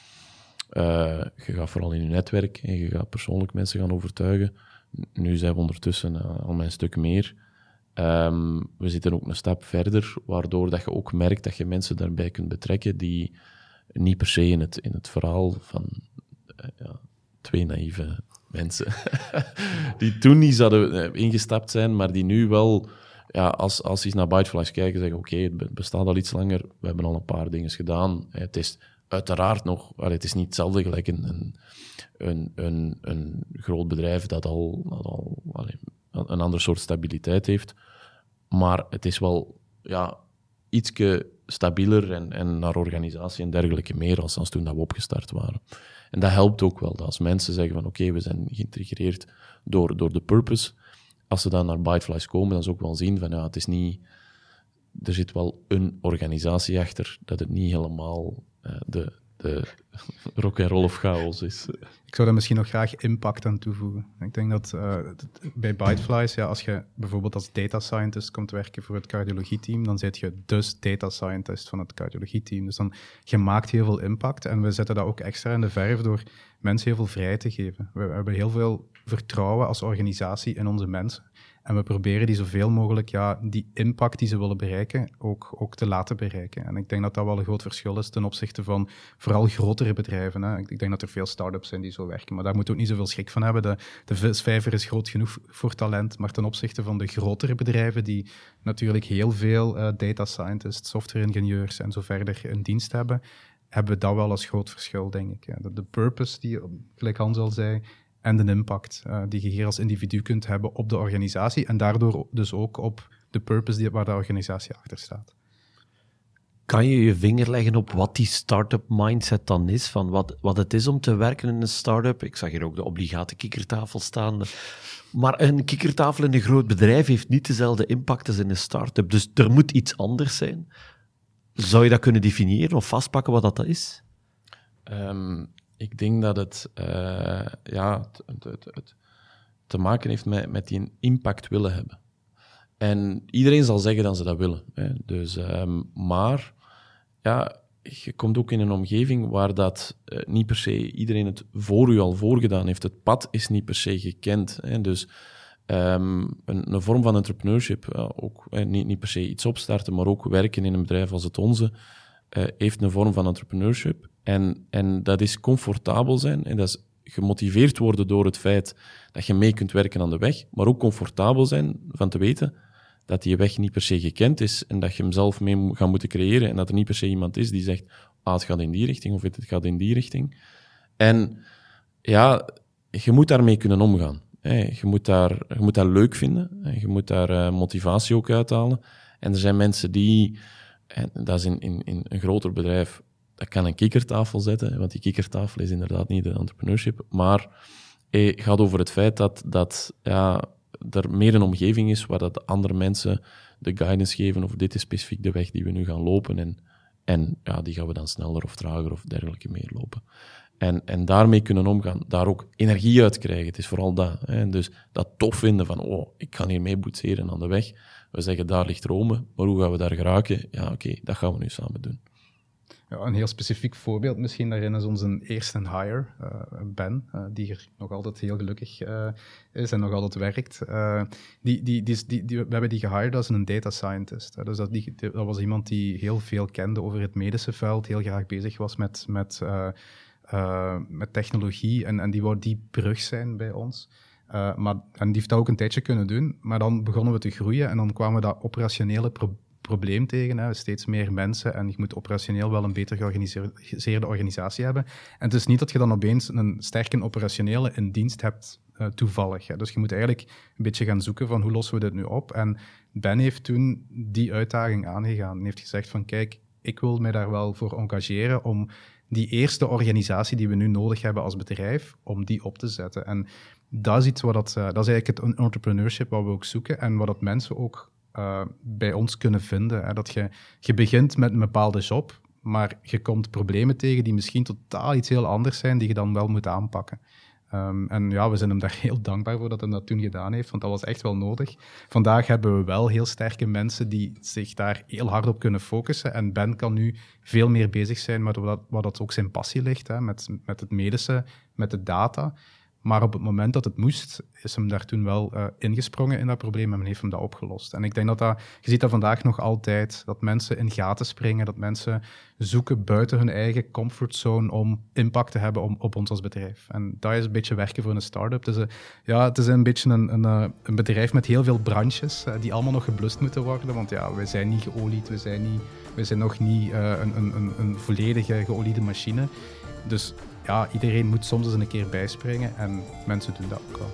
Uh, je gaat vooral in je netwerk en je gaat persoonlijk mensen gaan overtuigen. Nu zijn we ondertussen uh, al mijn stuk meer. Um, we zitten ook een stap verder, waardoor dat je ook merkt dat je mensen daarbij kunt betrekken die niet per se in het, in het verhaal van uh, ja, twee naïeve mensen, die toen niet zouden uh, ingestapt zijn, maar die nu wel... Ja, als, als ze eens naar Byteflies kijken, zeggen oké, okay, het bestaat al iets langer, we hebben al een paar dingen gedaan. Het is uiteraard nog, allee, het is niet hetzelfde gelijk een, een, een, een, een groot bedrijf dat al, dat al allee, een ander soort stabiliteit heeft. Maar het is wel ja, ietsje stabieler en, en naar organisatie en dergelijke meer als, als toen dat we opgestart waren. En dat helpt ook wel, dat als mensen zeggen van oké, okay, we zijn geïntrigeerd door, door de purpose. Als ze dan naar Byteflies komen, dan ze ook wel zien van ja, het is niet... Er zit wel een organisatie achter, dat het niet helemaal uh, de, de rock and roll of chaos is. Ik zou daar misschien nog graag impact aan toevoegen. Ik denk dat uh, bij Byteflies, ja, als je bijvoorbeeld als data scientist komt werken voor het cardiologieteam, dan zit je dus data scientist van het cardiologieteam. Dus dan, je maakt heel veel impact en we zetten dat ook extra in de verf door mensen heel veel vrijheid te geven. We, we hebben heel veel vertrouwen als organisatie in onze mensen. En we proberen die zoveel mogelijk, ja, die impact die ze willen bereiken, ook, ook te laten bereiken. En ik denk dat dat wel een groot verschil is ten opzichte van vooral grotere bedrijven. Hè. Ik, ik denk dat er veel start-ups zijn die zo werken, maar daar moet ook niet zoveel schrik van hebben. De, de vijver is groot genoeg voor talent, maar ten opzichte van de grotere bedrijven die natuurlijk heel veel uh, data scientists, software-ingenieurs en zo verder in dienst hebben, hebben we dat wel als groot verschil, denk ik. Ja. De, de purpose, die, gelijk Hans al zei, en de impact uh, die je hier als individu kunt hebben op de organisatie en daardoor dus ook op de purpose die, waar de organisatie achter staat. Kan je je vinger leggen op wat die start-up mindset dan is? Van wat, wat het is om te werken in een start-up? Ik zag hier ook de obligate kikkertafel staan. Maar een kikkertafel in een groot bedrijf heeft niet dezelfde impact als in een start-up. Dus er moet iets anders zijn. Zou je dat kunnen definiëren of vastpakken wat dat is? Um, ik denk dat het, uh, ja, het, het, het te maken heeft met, met die impact willen hebben. En iedereen zal zeggen dat ze dat willen. Hè. Dus, um, maar ja, je komt ook in een omgeving waar dat uh, niet per se iedereen het voor u al voorgedaan heeft. Het pad is niet per se gekend. Hè. Dus um, een, een vorm van entrepreneurship, uh, ook uh, niet, niet per se iets opstarten, maar ook werken in een bedrijf als het onze, uh, heeft een vorm van entrepreneurship. En, en dat is comfortabel zijn en dat is gemotiveerd worden door het feit dat je mee kunt werken aan de weg, maar ook comfortabel zijn van te weten dat die weg niet per se gekend is en dat je hem zelf mee moet gaan moeten creëren en dat er niet per se iemand is die zegt, ah, het gaat in die richting of het gaat in die richting. En ja, je moet daarmee kunnen omgaan. Je moet, daar, je moet dat leuk vinden. Je moet daar uh, motivatie ook uithalen. En er zijn mensen die, en dat is in, in, in een groter bedrijf, dat kan een kikkertafel zetten, want die kikkertafel is inderdaad niet de entrepreneurship, maar het gaat over het feit dat, dat ja, er meer een omgeving is waar dat andere mensen de guidance geven of dit is specifiek de weg die we nu gaan lopen en, en ja, die gaan we dan sneller of trager of dergelijke meer lopen. En, en daarmee kunnen omgaan, daar ook energie uit krijgen. Het is vooral dat. Hè. Dus dat tof vinden van, oh, ik kan hier mee boetseren aan de weg. We zeggen, daar ligt Rome, maar hoe gaan we daar geraken? Ja, oké, okay, dat gaan we nu samen doen. Ja, een heel specifiek voorbeeld misschien daarin is onze eerste hire, uh, Ben, uh, die er nog altijd heel gelukkig uh, is en nog altijd werkt. Uh, die, die, die, die, die, we hebben die gehired als een data scientist. Hè. Dus dat, die, dat was iemand die heel veel kende over het medische veld, heel graag bezig was met, met, uh, uh, met technologie en, en die wou die brug zijn bij ons. Uh, maar, en die heeft dat ook een tijdje kunnen doen, maar dan begonnen we te groeien en dan kwamen dat operationele pro- probleem tegen. Hè. Steeds meer mensen en je moet operationeel wel een beter georganiseerde organisatie hebben. En het is niet dat je dan opeens een sterke operationele in dienst hebt uh, toevallig. Hè. Dus je moet eigenlijk een beetje gaan zoeken van hoe lossen we dit nu op. En Ben heeft toen die uitdaging aangegaan en heeft gezegd van kijk, ik wil mij daar wel voor engageren om die eerste organisatie die we nu nodig hebben als bedrijf, om die op te zetten. En dat is iets wat dat, uh, dat is eigenlijk het entrepreneurship wat we ook zoeken en wat dat mensen ook uh, bij ons kunnen vinden. Hè. Dat je, je begint met een bepaalde job, maar je komt problemen tegen die misschien totaal iets heel anders zijn, die je dan wel moet aanpakken. Um, en ja, we zijn hem daar heel dankbaar voor dat hij dat toen gedaan heeft, want dat was echt wel nodig. Vandaag hebben we wel heel sterke mensen die zich daar heel hard op kunnen focussen. En Ben kan nu veel meer bezig zijn met wat, wat dat ook zijn passie ligt, hè, met, met het medische, met de data. Maar op het moment dat het moest, is hem daar toen wel uh, ingesprongen in dat probleem en heeft hem dat opgelost. En ik denk dat dat, je ziet dat vandaag nog altijd, dat mensen in gaten springen, dat mensen zoeken buiten hun eigen comfortzone om impact te hebben om, op ons als bedrijf. En dat is een beetje werken voor een start-up. Het is een, ja, het is een beetje een, een, een bedrijf met heel veel branches uh, die allemaal nog geblust moeten worden, want ja, wij zijn niet geolied, we zijn, niet, we zijn nog niet uh, een, een, een, een volledige geoliede machine. Dus ja, iedereen moet soms eens een keer bijspringen en mensen doen dat ook wel.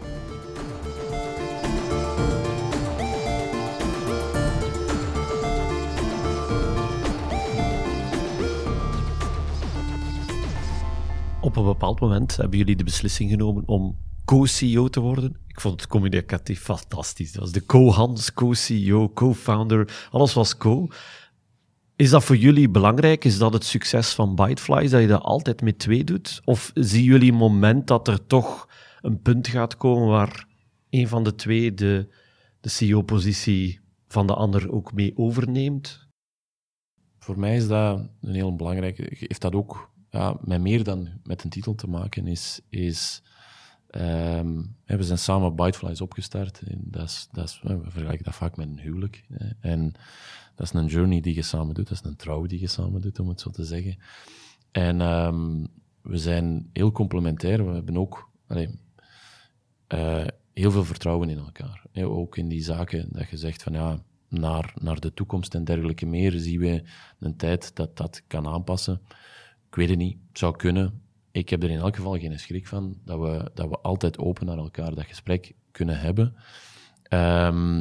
Op een bepaald moment hebben jullie de beslissing genomen om co-C E O te worden. Ik vond het communicatief fantastisch. Dat was de co-Hans, co-C E O, co-founder, alles was co. Is dat voor jullie belangrijk? Is dat het succes van Byteflies, dat je dat altijd met twee doet? Of zien jullie een moment dat er toch een punt gaat komen waar een van de twee de, de C E O-positie van de ander ook mee overneemt? Voor mij is dat een heel belangrijke... Heeft dat ook ja, met meer dan met een titel te maken? Is... is um, we zijn samen Byteflies opgestart. En dat is, dat is, we vergelijken dat vaak met een huwelijk. En... Dat is een journey die je samen doet, dat is een trouw die je samen doet, om het zo te zeggen. En um, we zijn heel complementair, we hebben ook allee, uh, heel veel vertrouwen in elkaar. Ja, ook in die zaken dat je zegt van ja, naar, naar de toekomst en dergelijke meer, zien we een tijd dat dat kan aanpassen. Ik weet het niet, het zou kunnen. Ik heb er in elk geval geen schrik van, dat we, dat we altijd open naar elkaar dat gesprek kunnen hebben. Um,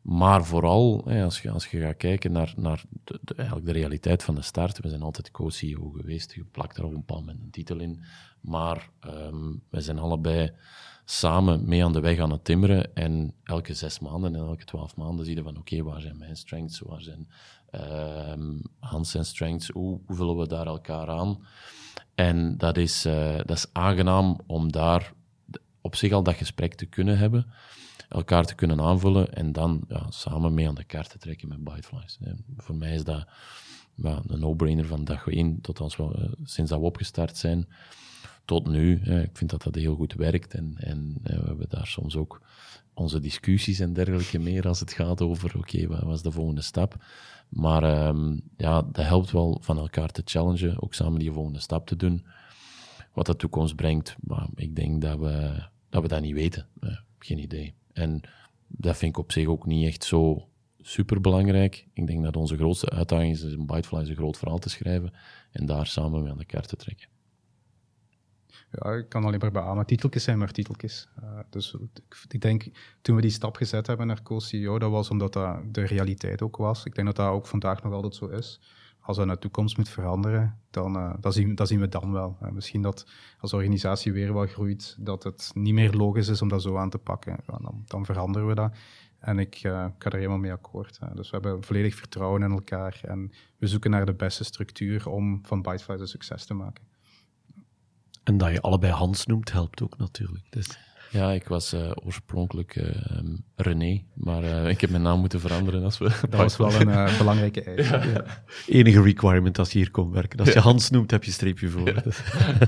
Maar vooral, hè, als, je, als je gaat kijken naar, naar de, de, eigenlijk de realiteit van de start, we zijn altijd co-C E O geweest, je plakt daar op een bepaald moment een titel in, maar um, we zijn allebei samen mee aan de weg aan het timmeren en elke zes maanden en elke twaalf maanden zie je van oké, okay, waar zijn mijn strengths, waar zijn um, Hans zijn strengths, hoe, hoe vullen we daar elkaar aan? En dat is, uh, dat is aangenaam om daar op zich al dat gesprek te kunnen hebben, elkaar te kunnen aanvullen en dan ja, samen mee aan de kaart te trekken met Byteflies. Ja, voor mij is dat ja, een no-brainer van dag één tot als we, uh, sinds dat we opgestart zijn tot nu. Ja, ik vind dat dat heel goed werkt en, en uh, we hebben daar soms ook onze discussies en dergelijke meer als het gaat over oké, okay, wat was de volgende stap? Maar um, ja, dat helpt wel van elkaar te challengen, ook samen die volgende stap te doen. Wat de toekomst brengt, maar ik denk dat we dat, we dat niet weten. Uh, geen idee. En dat vind ik op zich ook niet echt zo superbelangrijk. Ik denk dat onze grootste uitdaging is een Byteflies een groot verhaal te schrijven en daar samen mee aan de kaart te trekken. Ja, ik kan alleen maar beamen. Titeltjes zijn maar titeltjes. Uh, dus ik, ik denk, toen we die stap gezet hebben naar co-C E O, dat was omdat dat de realiteit ook was. Ik denk dat dat ook vandaag nog altijd zo is. Als dat in de toekomst moet veranderen, dan uh, dat zien, dat zien we dan wel. Uh, misschien dat als de organisatie weer wat groeit, dat het niet meer logisch is om dat zo aan te pakken. Ja, dan, dan veranderen we dat. En ik uh, ga er helemaal mee akkoord. Uh, dus we hebben volledig vertrouwen in elkaar. En we zoeken naar de beste structuur om van Byteflies een succes te maken. En dat je allebei Hans noemt, helpt ook natuurlijk. Dus. Ja, ik was uh, oorspronkelijk uh, um, René, maar uh, ik heb mijn naam moeten veranderen. Als we dat was wel een uh, belangrijke eis. Ja. Ja. Enige requirement als je hier komt werken. Als je Hans noemt, heb je streepje voor. Ja. Dus.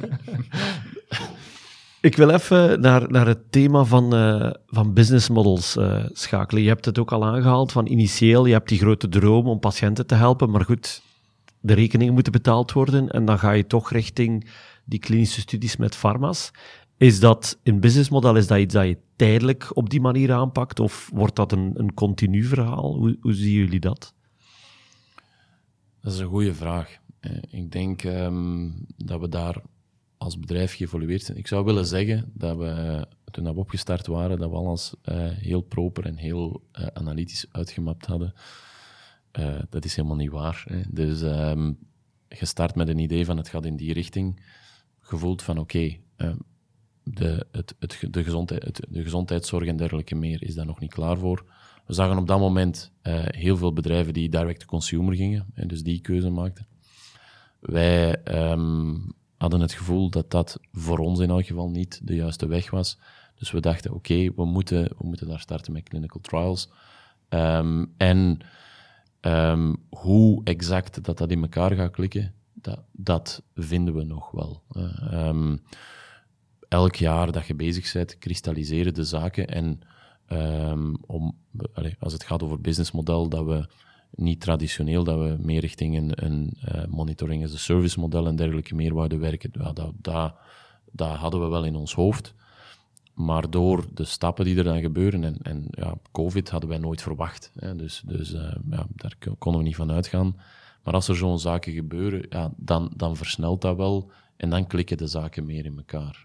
Ik wil even naar, naar het thema van, uh, van business models uh, schakelen. Je hebt het ook al aangehaald, van initieel, je hebt die grote droom om patiënten te helpen, maar goed, de rekeningen moeten betaald worden en dan ga je toch richting die klinische studies met farma's. Is dat een businessmodel, is dat iets dat je tijdelijk op die manier aanpakt, of wordt dat een, een continu verhaal? Hoe, hoe zien jullie dat? Dat is een goede vraag. Ik denk um, dat we daar als bedrijf geëvolueerd zijn. Ik zou willen zeggen dat we, toen we opgestart waren, dat we alles uh, heel proper en heel uh, analytisch uitgemapt hadden. Uh, dat is helemaal niet waar. Hè. Dus um, je start met een idee van het gaat in die richting. Gevoeld van oké, okay, uh, de, het, het, de, gezondheid, het, de gezondheidszorg en dergelijke meer is daar nog niet klaar voor. We zagen op dat moment uh, heel veel bedrijven die direct-to-consumer gingen, en dus die keuze maakten. Wij um, hadden het gevoel dat dat voor ons in elk geval niet de juiste weg was. Dus we dachten, oké, okay, we, moeten, we moeten daar starten met clinical trials. Um, en um, hoe exact dat dat in elkaar gaat klikken, dat, dat vinden we nog wel. Uh, um, elk jaar dat je bezig bent, kristalliseren de zaken. En um, om, allez, als het gaat over businessmodel, dat we niet traditioneel, dat we meer richting een, een uh, monitoring as a service model en dergelijke meer wouden werken. Ja, dat, dat, dat hadden we wel in ons hoofd. Maar door de stappen die er dan gebeuren, en, en ja, COVID hadden wij nooit verwacht. Hè, dus dus uh, ja, daar konden we niet van uitgaan. Maar als er zo'n zaken gebeuren, ja, dan, dan versnelt dat wel en dan klikken de zaken meer in elkaar.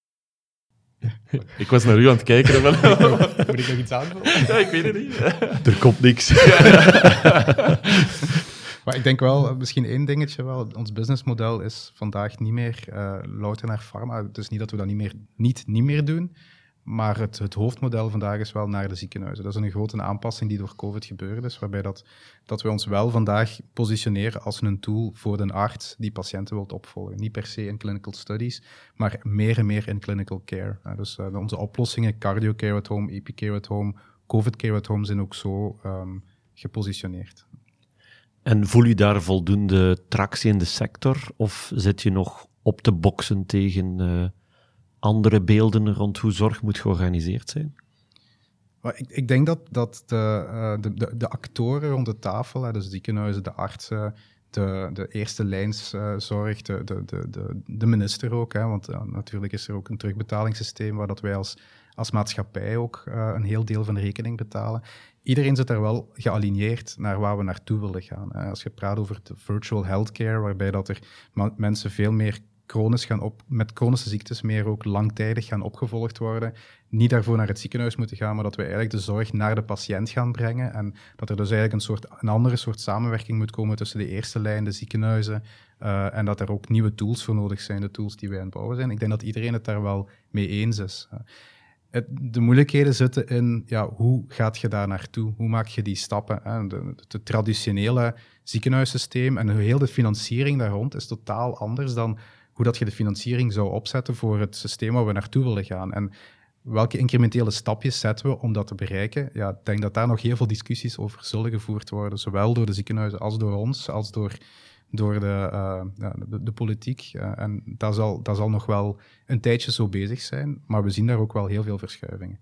Ik was naar u aan het kijken. Moet ik nog iets aanvullen? Ja, ik weet het niet. Er komt niks. Maar ik denk wel, misschien één dingetje wel. Ons businessmodel is vandaag niet meer uh, louter naar pharma. Het is niet dat we dat niet meer, niet, niet meer doen. Maar het, het hoofdmodel vandaag is wel naar de ziekenhuizen. Dat is een grote aanpassing die door COVID gebeurd is, waarbij dat, dat we ons wel vandaag positioneren als een tool voor de arts die patiënten wilt opvolgen. Niet per se in clinical studies, maar meer en meer in clinical care. Uh, dus uh, onze oplossingen, cardio care at home, E P care at home, COVID care at home, zijn ook zo um, gepositioneerd. En voel je daar voldoende tractie in de sector, of zit je nog op te boksen tegen Uh... andere beelden rond hoe zorg moet georganiseerd zijn? Maar ik, ik denk dat, dat de, uh, de, de, de actoren rond de tafel, hè, dus ziekenhuizen, de artsen, de, de eerste lijnszorg, uh, de, de, de, de, de minister ook, hè, want uh, natuurlijk is er ook een terugbetalingssysteem waar dat wij als, als maatschappij ook uh, een heel deel van de rekening betalen. Iedereen zit daar wel gealigneerd naar waar we naartoe willen gaan. Hè. Als je praat over de virtual healthcare, waarbij dat er ma- mensen veel meer chronisch gaan op, met chronische ziektes meer ook langtijdig gaan opgevolgd worden, niet daarvoor naar het ziekenhuis moeten gaan, maar dat we eigenlijk de zorg naar de patiënt gaan brengen en dat er dus eigenlijk een, soort, een andere soort samenwerking moet komen tussen de eerste lijn, de ziekenhuizen, uh, en dat er ook nieuwe tools voor nodig zijn, de tools die wij aan het bouwen zijn. Ik denk dat iedereen het daar wel mee eens is. Het, de moeilijkheden zitten in, ja, hoe gaat je daar naartoe? Hoe maak je die stappen? Hè? De, de traditionele ziekenhuissysteem en heel de financiering daar rond is totaal anders dan hoe dat je de financiering zou opzetten voor het systeem waar we naartoe willen gaan. En welke incrementele stapjes zetten we om dat te bereiken? Ja, ik denk dat daar nog heel veel discussies over zullen gevoerd worden, zowel door de ziekenhuizen als door ons, als door, door de, uh, de, de politiek. Uh, en dat zal, dat zal nog wel een tijdje zo bezig zijn, maar we zien daar ook wel heel veel verschuivingen.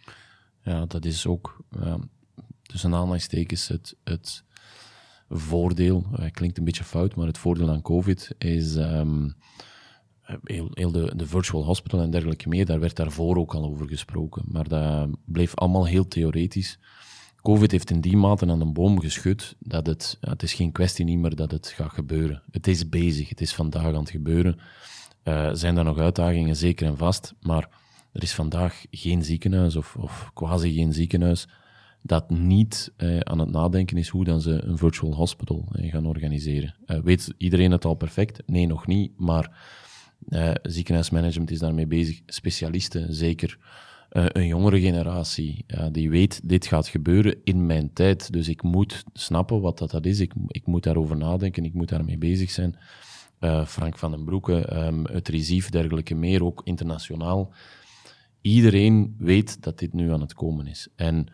Ja, dat is ook, uh, tussen aanhalingstekens, het, het voordeel, uh, klinkt een beetje fout, maar het voordeel aan COVID is um, heel, heel de, de virtual hospital en dergelijke meer, daar werd daarvoor ook al over gesproken, maar dat bleef allemaal heel theoretisch. COVID heeft in die mate aan een boom geschud dat het, ja, het is geen kwestie niet meer dat het gaat gebeuren. Het is bezig, het is vandaag aan het gebeuren. Uh, zijn er nog uitdagingen, zeker en vast, maar er is vandaag geen ziekenhuis, of, of quasi geen ziekenhuis, dat niet eh, aan het nadenken is hoe dan ze een virtual hospital eh, gaan organiseren. Uh, weet iedereen het al perfect? Nee, nog niet, maar uh, ziekenhuismanagement is daarmee bezig. Specialisten, zeker uh, een jongere generatie, uh, die weet, dit gaat gebeuren in mijn tijd, dus ik moet snappen wat dat, dat is, ik, ik moet daarover nadenken, ik moet daarmee bezig zijn. Uh, Frank van den Broeke, um, het RISIF, dergelijke meer, ook internationaal. Iedereen weet dat dit nu aan het komen is. En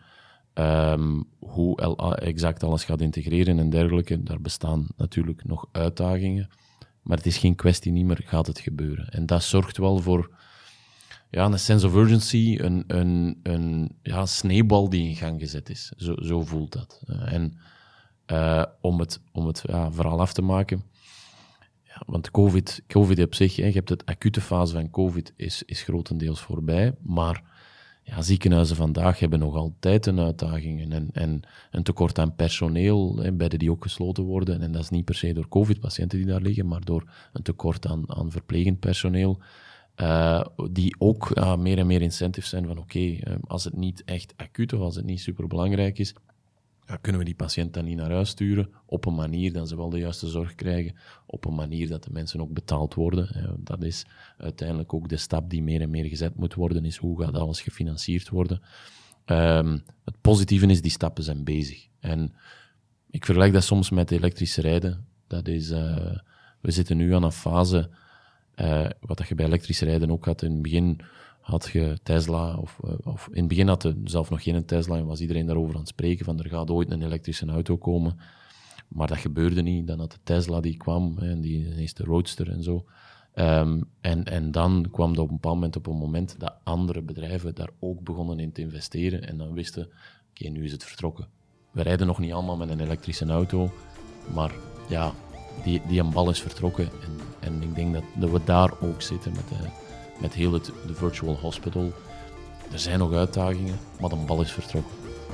um, hoe L A exact alles gaat integreren en dergelijke, daar bestaan natuurlijk nog uitdagingen. Maar het is geen kwestie niet meer, gaat het gebeuren. En dat zorgt wel voor ja, een sense of urgency, een, een, een ja, sneeuwbal die in gang gezet is. Zo, zo voelt dat. Uh, en uh, om het, om het ja, verhaal af te maken... Ja, want COVID, COVID op zich, hè, je hebt het acute fase van COVID, is, is grotendeels voorbij, maar ja, ziekenhuizen vandaag hebben nog altijd een uitdaging en, en een tekort aan personeel, hè, bedden die ook gesloten worden, en dat is niet per se door COVID-patiënten die daar liggen, maar door een tekort aan, aan verplegend personeel, uh, die ook uh, meer en meer incentives zijn van oké, okay, uh, als het niet echt acuut of als het niet superbelangrijk is, ja, kunnen we die patiënt dan niet naar huis sturen op een manier dat ze wel de juiste zorg krijgen, op een manier dat de mensen ook betaald worden. Dat is uiteindelijk ook de stap die meer en meer gezet moet worden, is hoe gaat alles gefinancierd worden. Um, het positieve is, die stappen zijn bezig. En ik vergelijk dat soms met elektrische rijden. Dat is, uh, we zitten nu aan een fase, uh, wat dat je bij elektrische rijden ook had in het begin, had je Tesla, of, of in het begin had je zelf nog geen Tesla en was iedereen daarover aan het spreken van er gaat ooit een elektrische auto komen. Maar dat gebeurde niet. Dan had de Tesla die kwam, en die eerste Roadster en zo. Um, en, en dan kwam dat op een bepaald moment op een moment dat andere bedrijven daar ook begonnen in te investeren en dan wisten, oké, okay, nu is het vertrokken. We rijden nog niet allemaal met een elektrische auto, maar ja, die, die een bal is vertrokken en, en ik denk dat, dat we daar ook zitten met de Met heel het de virtual hospital. Er zijn nog uitdagingen, maar de bal is vertrokken.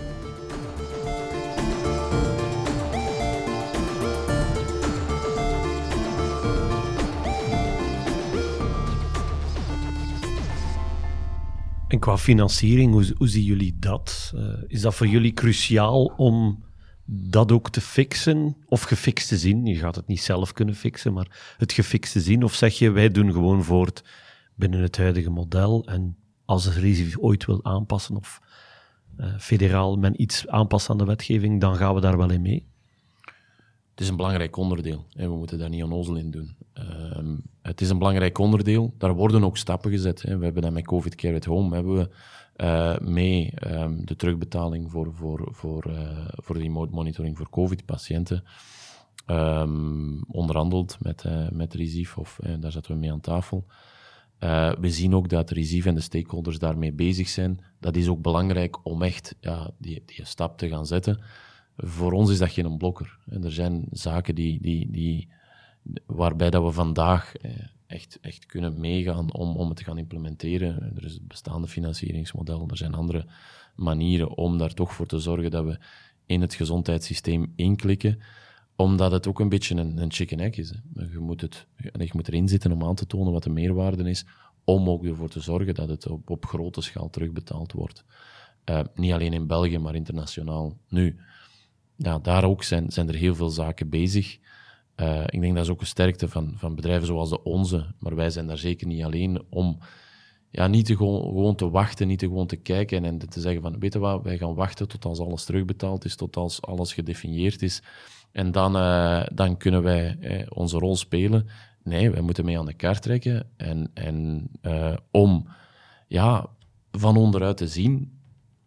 En qua financiering, hoe, hoe zien jullie dat? Uh, is dat voor jullie cruciaal om dat ook te fixen? Of gefixt te zien? Je gaat het niet zelf kunnen fixen, maar het gefixt te zien. Of zeg je, wij doen gewoon voort binnen het huidige model en als het RISIF ooit wil aanpassen of uh, federaal men iets aanpast aan de wetgeving, dan gaan we daar wel in mee? Het is een belangrijk onderdeel en we moeten daar niet onnozel in doen. Um, het is een belangrijk onderdeel, daar worden ook stappen gezet. Hè. We hebben dat met COVID Care at Home, hebben we uh, mee um, de terugbetaling voor, voor, voor, uh, voor remote monitoring voor COVID-patiënten um, onderhandeld met, uh, met RISIF, of uh, daar zaten we mee aan tafel. Uh, we zien ook dat RISIF en de stakeholders daarmee bezig zijn. Dat is ook belangrijk om echt ja, die, die stap te gaan zetten. Voor ons is dat geen blokker. En er zijn zaken die, die, die, waarbij dat we vandaag eh, echt, echt kunnen meegaan om, om het te gaan implementeren. Er is het bestaande financieringsmodel, er zijn andere manieren om daar toch voor te zorgen dat we in het gezondheidssysteem inklikken. Omdat het ook een beetje een, een chicken egg is. Hè. Je, moet het, je moet erin zitten om aan te tonen wat de meerwaarde is, om ook ervoor te zorgen dat het op, op grote schaal terugbetaald wordt. Uh, niet alleen in België, maar internationaal. Nu, ja, daar ook zijn, zijn er heel veel zaken bezig. Uh, ik denk dat is ook een sterkte van, van bedrijven zoals de onze, maar wij zijn daar zeker niet alleen om ja, niet te gewoon, gewoon te wachten, niet te gewoon te kijken en te zeggen van, weet je wat, wij gaan wachten tot als alles terugbetaald is, tot als alles gedefinieerd is. En dan, uh, dan kunnen wij eh, onze rol spelen. Nee, wij moeten mee aan de kaart trekken. En, en uh, om ja, van onderuit te zien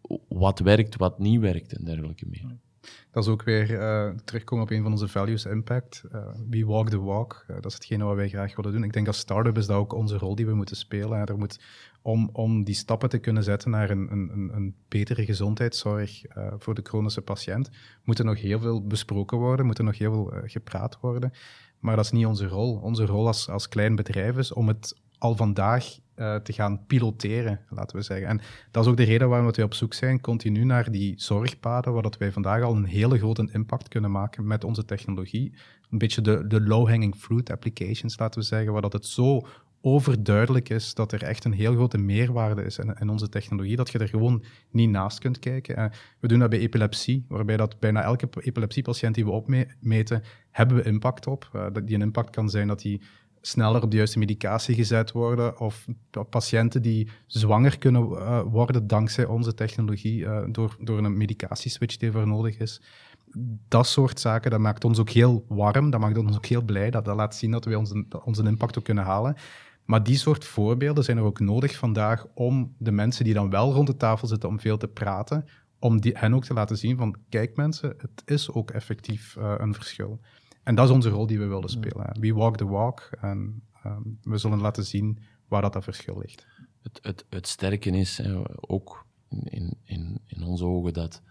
wat werkt, wat niet werkt en dergelijke meer. Dat is ook weer uh, terugkomen op een van onze values, impact. Uh, we walk the walk. Uh, dat is hetgene wat wij graag willen doen. Ik denk als start-up is dat ook onze rol die we moeten spelen. Er moet, om, om die stappen te kunnen zetten naar een, een, een betere gezondheidszorg uh, voor de chronische patiënt, moet er nog heel veel besproken worden, moet er nog heel veel uh, gepraat worden. Maar dat is niet onze rol. Onze rol als, als klein bedrijf is om het al vandaag uh, te gaan piloteren, laten we zeggen. En dat is ook de reden waarom wij op zoek zijn, continu naar die zorgpaden, waar dat wij vandaag al een hele grote impact kunnen maken met onze technologie. Een beetje de, de low-hanging fruit applications, laten we zeggen, waar dat het zo overduidelijk is dat er echt een heel grote meerwaarde is in, in onze technologie, dat je er gewoon niet naast kunt kijken. Uh, we doen dat bij epilepsie, waarbij dat bijna elke epilepsiepatiënt die we opmeten, hebben we impact op. Uh, die een impact kan zijn dat die sneller op de juiste medicatie gezet worden, of patiënten die zwanger kunnen uh, worden dankzij onze technologie, uh, door, door een medicatieswitch die ervoor nodig is. Dat soort zaken, dat maakt ons ook heel warm, dat maakt ons ook heel blij, dat, dat laat zien dat we onze, onze impact ook kunnen halen. Maar die soort voorbeelden zijn er ook nodig vandaag om de mensen die dan wel rond de tafel zitten om veel te praten, om die, hen ook te laten zien van, kijk mensen, het is ook effectief uh, een verschil. En dat is onze rol die we willen spelen. We walk the walk en um, we zullen laten zien waar dat, dat verschil ligt. Het, het, het sterke is hè, ook in, in, in onze ogen dat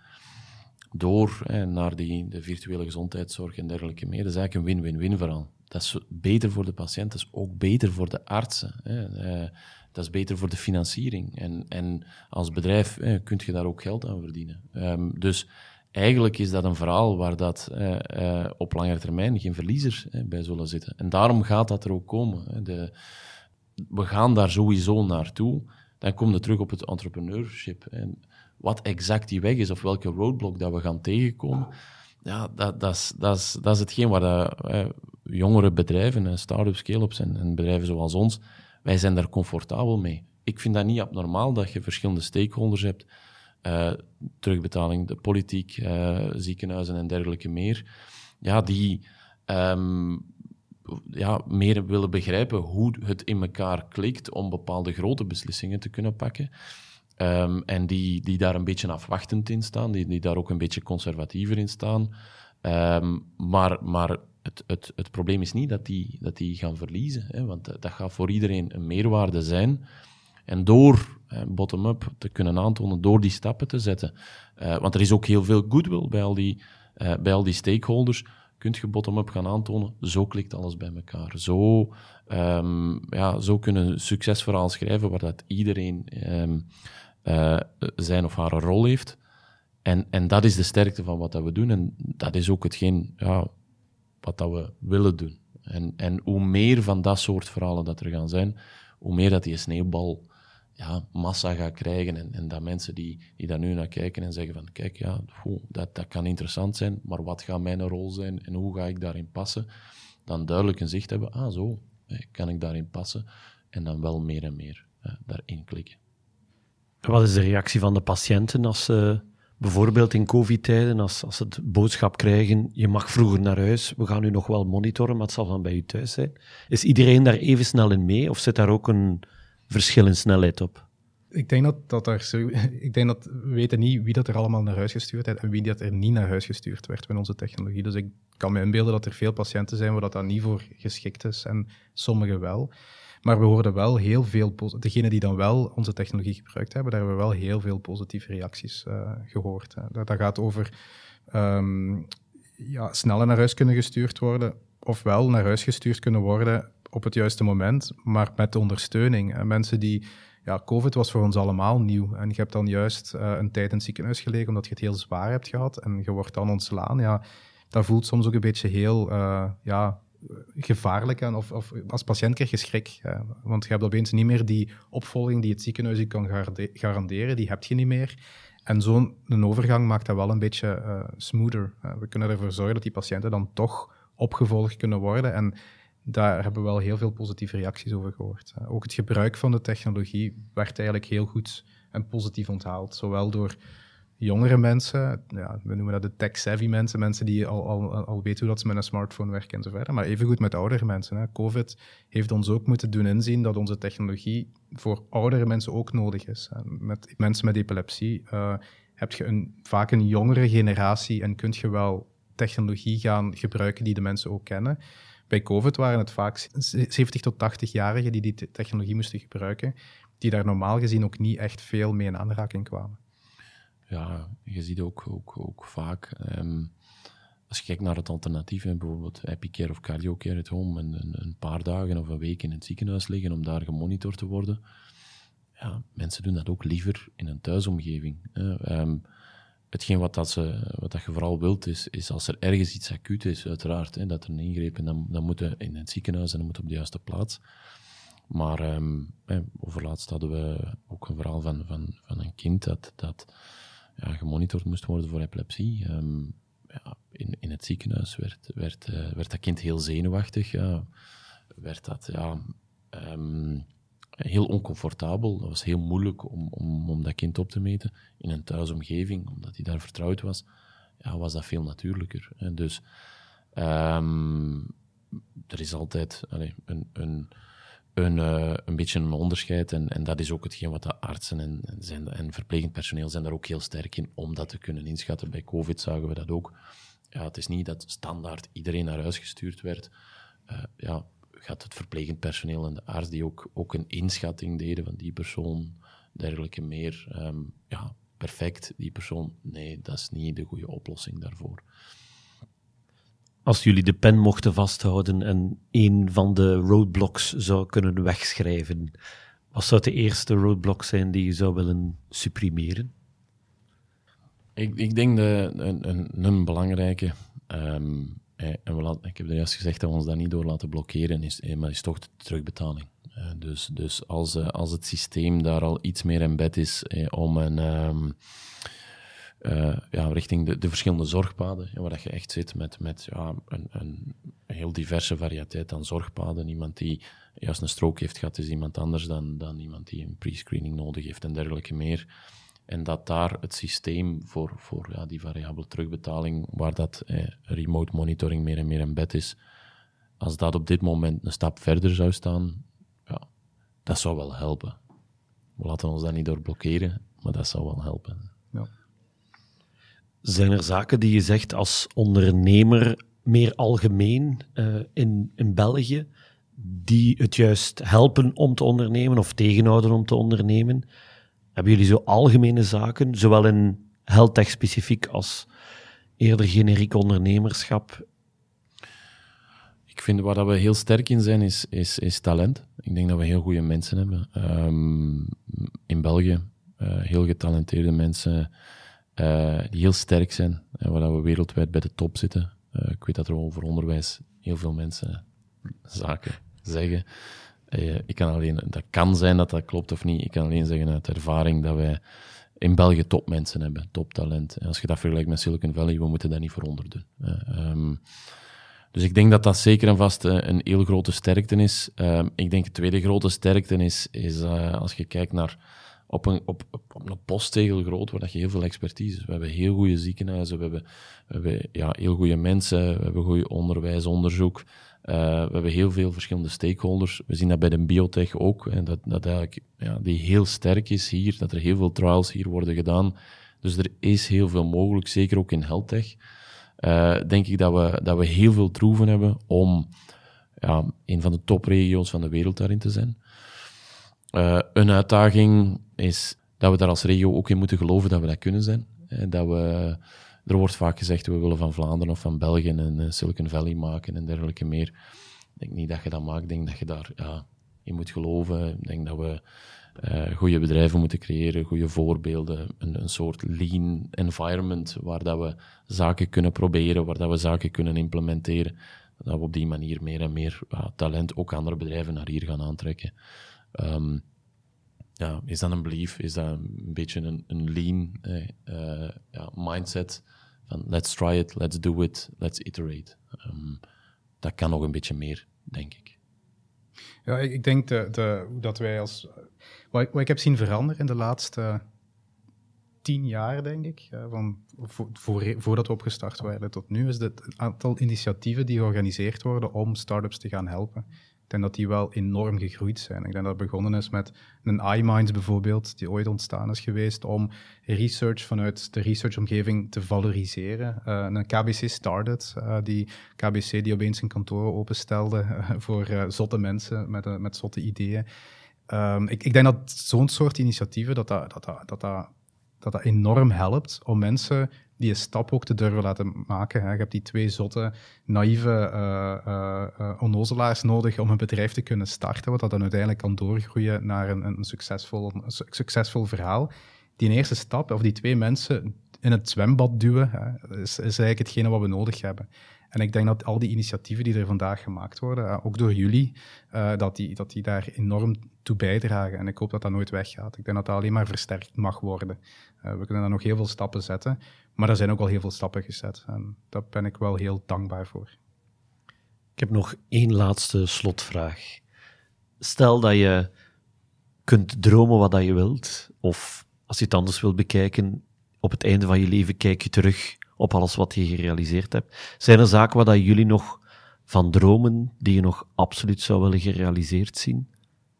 door hè, naar die, de virtuele gezondheidszorg en dergelijke meer, dat is eigenlijk een win-win-win verhaal. Dat is beter voor de patiënt, dat is ook beter voor de artsen. Hè. Uh, dat is beter voor de financiering. En, en als bedrijf hè, kun je daar ook geld aan verdienen. Um, dus eigenlijk is dat een verhaal waar dat, uh, uh, op lange termijn geen verliezers uh, bij zullen zitten. En daarom gaat dat er ook komen. Hè. De, we gaan daar sowieso naartoe. Dan komen we terug op het entrepreneurship. En wat exact die weg is, of welke roadblock dat we gaan tegenkomen, ja, dat, dat, is, dat, is, dat is hetgeen waar de, uh, jongere bedrijven, uh, start-ups, scale-ups en, en bedrijven zoals ons, wij zijn daar comfortabel mee. Ik vind dat niet abnormaal dat je verschillende stakeholders hebt. Uh, terugbetaling, de politiek, uh, ziekenhuizen en dergelijke meer, ja, die um, ja, meer willen begrijpen hoe het in elkaar klikt om bepaalde grote beslissingen te kunnen pakken. Um, en die, die daar een beetje afwachtend in staan, die, die daar ook een beetje conservatiever in staan. Um, maar maar het, het, het probleem is niet dat die, dat die gaan verliezen, hè, want dat gaat voor iedereen een meerwaarde zijn. En door eh, bottom-up te kunnen aantonen, door die stappen te zetten. Uh, want er is ook heel veel goodwill bij al die, uh, bij al die stakeholders. Kun je bottom-up gaan aantonen, zo klikt alles bij elkaar. Zo, um, ja, zo kunnen we een succesverhaal schrijven waar dat iedereen um, uh, zijn of haar rol heeft. En, en dat is de sterkte van wat dat we doen. En dat is ook hetgeen ja, wat dat we willen doen. En, en hoe meer van dat soort verhalen dat er gaan zijn, hoe meer dat die sneeuwbal ja, massa gaat krijgen en, en dat mensen die, die daar nu naar kijken en zeggen van kijk, ja, goh, dat, dat kan interessant zijn, maar wat gaat mijn rol zijn en hoe ga ik daarin passen? Dan duidelijk een zicht hebben, ah zo, kan ik daarin passen? En dan wel meer en meer uh, daarin klikken. Wat is de reactie van de patiënten als ze bijvoorbeeld in covid-tijden, als, als ze het boodschap krijgen, je mag vroeger naar huis, we gaan u nog wel monitoren, maar het zal van bij u thuis zijn. Is iedereen daar even snel in mee of zit daar ook een verschil in snelheid op? Ik denk dat, dat er zo, ik denk dat we weten niet wie dat er allemaal naar huis gestuurd heeft en wie dat er niet naar huis gestuurd werd met onze technologie. Dus ik kan me inbeelden dat er veel patiënten zijn waar dat, dat niet voor geschikt is en sommigen wel. Maar we hoorden wel heel veel, degenen die dan wel onze technologie gebruikt hebben, daar hebben we wel heel veel positieve reacties uh, gehoord. Hè. Dat, dat gaat over um, ja, sneller naar huis kunnen gestuurd worden, ofwel naar huis gestuurd kunnen worden op het juiste moment, maar met de ondersteuning. En mensen die, ja, COVID was voor ons allemaal nieuw. En je hebt dan juist uh, een tijd in het ziekenhuis gelegen omdat je het heel zwaar hebt gehad en je wordt dan ontslaan. Ja, dat voelt soms ook een beetje heel uh, ja, gevaarlijk aan. Of, of als patiënt krijg je schrik. Uh, want je hebt opeens niet meer die opvolging die het ziekenhuis je kan garde- garanderen. Die heb je niet meer. En zo'n een overgang maakt dat wel een beetje uh, smoother. Uh, we kunnen ervoor zorgen dat die patiënten dan toch opgevolgd kunnen worden. En daar hebben we wel heel veel positieve reacties over gehoord. Uh, ook het gebruik van de technologie werd eigenlijk heel goed en positief onthaald. Zowel door jongere mensen, ja, we noemen dat de tech-savvy mensen, mensen die al, al, al weten hoe dat ze met een smartphone werken en zo verder, maar evengoed met oudere mensen. Hè. COVID heeft ons ook moeten doen inzien dat onze technologie voor oudere mensen ook nodig is. Met mensen met epilepsie uh, heb je een, vaak een jongere generatie en kun je wel technologie gaan gebruiken die de mensen ook kennen. Bij COVID waren het vaak zeventig tot tachtig-jarigen die die technologie moesten gebruiken, die daar normaal gezien ook niet echt veel mee in aanraking kwamen. Ja, je ziet ook, ook, ook vaak, um, als je kijkt naar het alternatief, hè, bijvoorbeeld Epicare of Cardiocare at home, een, een, een paar dagen of een week in het ziekenhuis liggen om daar gemonitord te worden. Ja, mensen doen dat ook liever in een thuisomgeving. Hè. Um, hetgeen wat, dat ze, wat dat je vooral wilt, is, is als er ergens iets acuut is, uiteraard, hè, dat er een ingreep en dan, dan moet je in het ziekenhuis en dan moet je op de juiste plaats. Maar um, hè, overlaatst hadden we ook een verhaal van, van, van een kind dat... dat ja, gemonitord moest worden voor epilepsie. Um, ja, in, in het ziekenhuis werd, werd, uh, werd dat kind heel zenuwachtig. Ja. Werd dat ja, um, heel oncomfortabel. Het was heel moeilijk om, om, om dat kind op te meten. In een thuisomgeving, omdat hij daar vertrouwd was, ja, was dat veel natuurlijker. En dus um, er is altijd allez, een... een Een, uh, een beetje een onderscheid. En, en dat is ook hetgeen wat de artsen en, en, zijn, en verplegend personeel zijn daar ook heel sterk in, om dat te kunnen inschatten. Bij COVID zagen we dat ook. Ja, het is niet dat standaard iedereen naar huis gestuurd werd. Uh, ja, gaat het verplegend personeel en de arts die ook, ook een inschatting deden van die persoon, dergelijke meer. Um, ja, perfect, die persoon. Nee, dat is niet de goede oplossing daarvoor. Als jullie de pen mochten vasthouden en een van de roadblocks zou kunnen wegschrijven, wat zou de eerste roadblock zijn die je zou willen supprimeren? Ik, ik denk de, een, een, een belangrijke, um, en we laat, ik heb er juist gezegd dat we ons daar niet door laten blokkeren, is, maar is toch de terugbetaling. Uh, dus dus als, uh, als het systeem daar al iets meer embed is eh, om een... Um, Uh, ja, richting de, de verschillende zorgpaden, ja, waar dat je echt zit met, met ja, een, een heel diverse variëteit aan zorgpaden. Iemand die juist een stroke heeft gehad, is iemand anders dan, dan iemand die een pre-screening nodig heeft en dergelijke meer. En dat daar het systeem voor, voor ja, die variabele terugbetaling, waar dat eh, remote monitoring meer en meer in bed is, als dat op dit moment een stap verder zou staan, ja, dat zou wel helpen. We laten ons daar niet door blokkeren, maar dat zou wel helpen. Ja. Zijn er zaken die je zegt als ondernemer, meer algemeen uh, in, in België, die het juist helpen om te ondernemen of tegenhouden om te ondernemen? Hebben jullie zo algemene zaken, zowel in healthtech specifiek als eerder generiek ondernemerschap? Ik vind waar we heel sterk in zijn, is, is, is talent. Ik denk dat we heel goede mensen hebben. Um, in België, uh, heel getalenteerde mensen... Uh, die heel sterk zijn, en waar we wereldwijd bij de top zitten. Uh, ik weet dat er over onderwijs heel veel mensen zaken zeggen. Uh, ik kan alleen, dat kan zijn dat dat klopt of niet. Ik kan alleen zeggen uit ervaring dat wij in België topmensen hebben, toptalent. En als je dat vergelijkt met Silicon Valley, we moeten daar niet voor onder doen. Uh, um, dus ik denk dat dat zeker en vast uh, een heel grote sterkte is. Uh, ik denk de tweede grote sterkte is, is uh, als je kijkt naar Op een, op, op een postzegel groot, waar dat je heel veel expertise is. We hebben heel goede ziekenhuizen, we hebben, we hebben ja, heel goede mensen, we hebben goed onderwijs, onderzoek. Uh, we hebben heel veel verschillende stakeholders. We zien dat bij de biotech ook, en dat, dat eigenlijk, ja, die heel sterk is hier, dat er heel veel trials hier worden gedaan. Dus er is heel veel mogelijk, zeker ook in healthtech. Uh, denk ik dat we, dat we heel veel troeven hebben om ja, een van de topregio's van de wereld daarin te zijn. Uh, een uitdaging is dat we daar als regio ook in moeten geloven dat we dat kunnen zijn. En dat we, er wordt vaak gezegd, we willen van Vlaanderen of van België een uh, Silicon Valley maken en dergelijke meer. Ik denk niet dat je dat maakt, ik denk dat je daar ja, in moet geloven. Ik denk dat we uh, goede bedrijven moeten creëren, goede voorbeelden, een, een soort lean environment waar dat we zaken kunnen proberen, waar dat we zaken kunnen implementeren, dat we op die manier meer en meer uh, talent, ook andere bedrijven, naar hier gaan aantrekken. Um, ja, is dat een belief? Is dat een beetje een, een lean eh, uh, ja, mindset van let's try it, let's do it, let's iterate. Um, dat kan nog een beetje meer, denk ik. Ja, ik, ik denk de, de, dat wij als... Wat ik, wat ik heb zien veranderen in de laatste tien jaar, denk ik, uh, van voor, voor, voordat we opgestart waren tot nu, is het aantal initiatieven die georganiseerd worden om start-ups te gaan helpen. Ik denk dat die wel enorm gegroeid zijn. Ik denk dat het begonnen is met een iMinds bijvoorbeeld, die ooit ontstaan is geweest om research vanuit de researchomgeving te valoriseren. Uh, een K B C Started, uh, die K B C die opeens een kantoor openstelde uh, voor uh, zotte mensen met, uh, met zotte ideeën. Um, ik, ik denk dat zo'n soort initiatieven, dat dat, dat, dat, dat, dat, dat dat enorm helpt om mensen die een stap ook te durven laten maken. Hè. Je hebt die twee zotte, naïeve uh, uh, uh, onnozelaars nodig om een bedrijf te kunnen starten, wat dat dan uiteindelijk kan doorgroeien naar een, een, succesvol, een succesvol verhaal. Die eerste stap, of die twee mensen in het zwembad duwen, hè, is, is eigenlijk hetgene wat we nodig hebben. En ik denk dat al die initiatieven die er vandaag gemaakt worden, uh, ook door jullie, uh, dat, die, dat die daar enorm toe bijdragen. En ik hoop dat dat nooit weggaat. Ik denk dat dat alleen maar versterkt mag worden. Uh, we kunnen daar nog heel veel stappen zetten, maar er zijn ook al heel veel stappen gezet. En daar ben ik wel heel dankbaar voor. Ik heb nog één laatste slotvraag. Stel dat je kunt dromen wat dat je wilt, of als je het anders wilt bekijken, op het einde van je leven kijk je terug op alles wat je gerealiseerd hebt. Zijn er zaken waar dat jullie nog van dromen, die je nog absoluut zou willen gerealiseerd zien?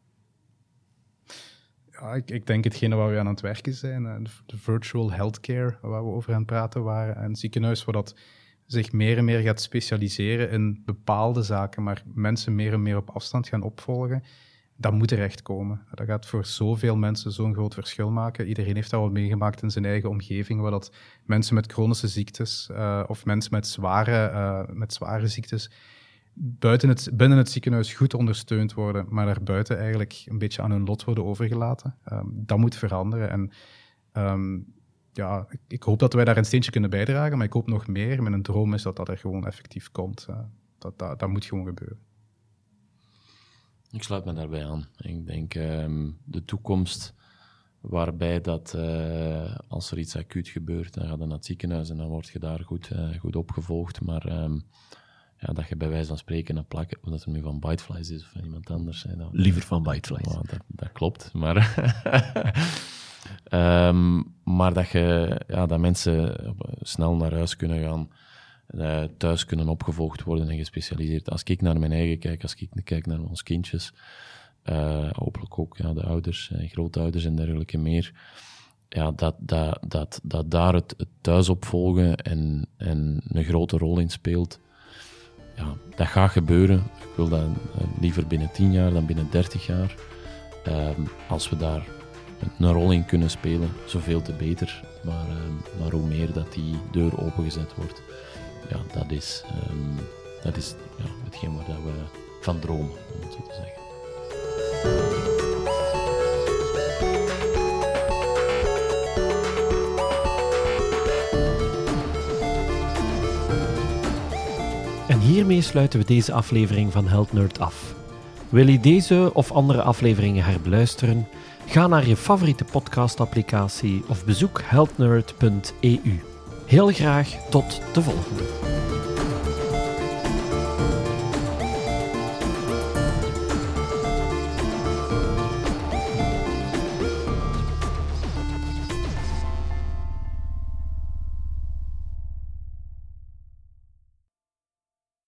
Ja, ik, ik denk hetgene waar we aan het werken zijn, de, de virtual healthcare, waar we over aan het praten waren, en het ziekenhuis waar dat zich meer en meer gaat specialiseren in bepaalde zaken, maar mensen meer en meer op afstand gaan opvolgen, dat moet er echt komen. Dat gaat voor zoveel mensen zo'n groot verschil maken. Iedereen heeft dat wel meegemaakt in zijn eigen omgeving, waar dat mensen met chronische ziektes uh, of mensen met zware, uh, met zware ziektes buiten het, binnen het ziekenhuis goed ondersteund worden, maar daarbuiten eigenlijk een beetje aan hun lot worden overgelaten. Um, dat moet veranderen. En um, ja, ik, ik hoop dat wij daar een steentje kunnen bijdragen, maar ik hoop nog meer. Mijn droom is dat dat er gewoon effectief komt. Uh, dat, dat, dat moet gewoon gebeuren. Ik sluit me daarbij aan. Ik denk um, de toekomst waarbij dat uh, als er iets acuut gebeurt, dan ga je naar het ziekenhuis en dan word je daar goed, uh, goed opgevolgd. Maar um, ja, dat je bij wijze van spreken een plak, of dat er nu van Byteflies is of van iemand anders. Hè, dat, Liever van Byteflies. Oh, dat, dat klopt, maar... um, maar dat, je, ja, dat mensen snel naar huis kunnen gaan, uh, thuis kunnen opgevolgd worden en gespecialiseerd. Als ik naar mijn eigen kijk, als ik kijk naar onze kindjes, uh, hopelijk ook ja, de ouders, uh, grootouders en dergelijke meer, ja, dat, dat, dat, dat daar het, het thuisopvolgen en, en een grote rol in speelt, ja, dat gaat gebeuren. Ik wil dat uh, liever binnen tien jaar dan binnen dertig jaar. Uh, als we daar een rol in kunnen spelen, zoveel te beter. Maar, uh, maar hoe meer dat die deur opengezet wordt, ja, dat is, um, dat is ja, hetgeen waar dat we van dromen, om het zo te zeggen. En hiermee sluiten we deze aflevering van Health Nerd af. Wil je deze of andere afleveringen herbeluisteren? Ga naar je favoriete podcastapplicatie of bezoek health nerd punt e u. Heel graag tot de volgende.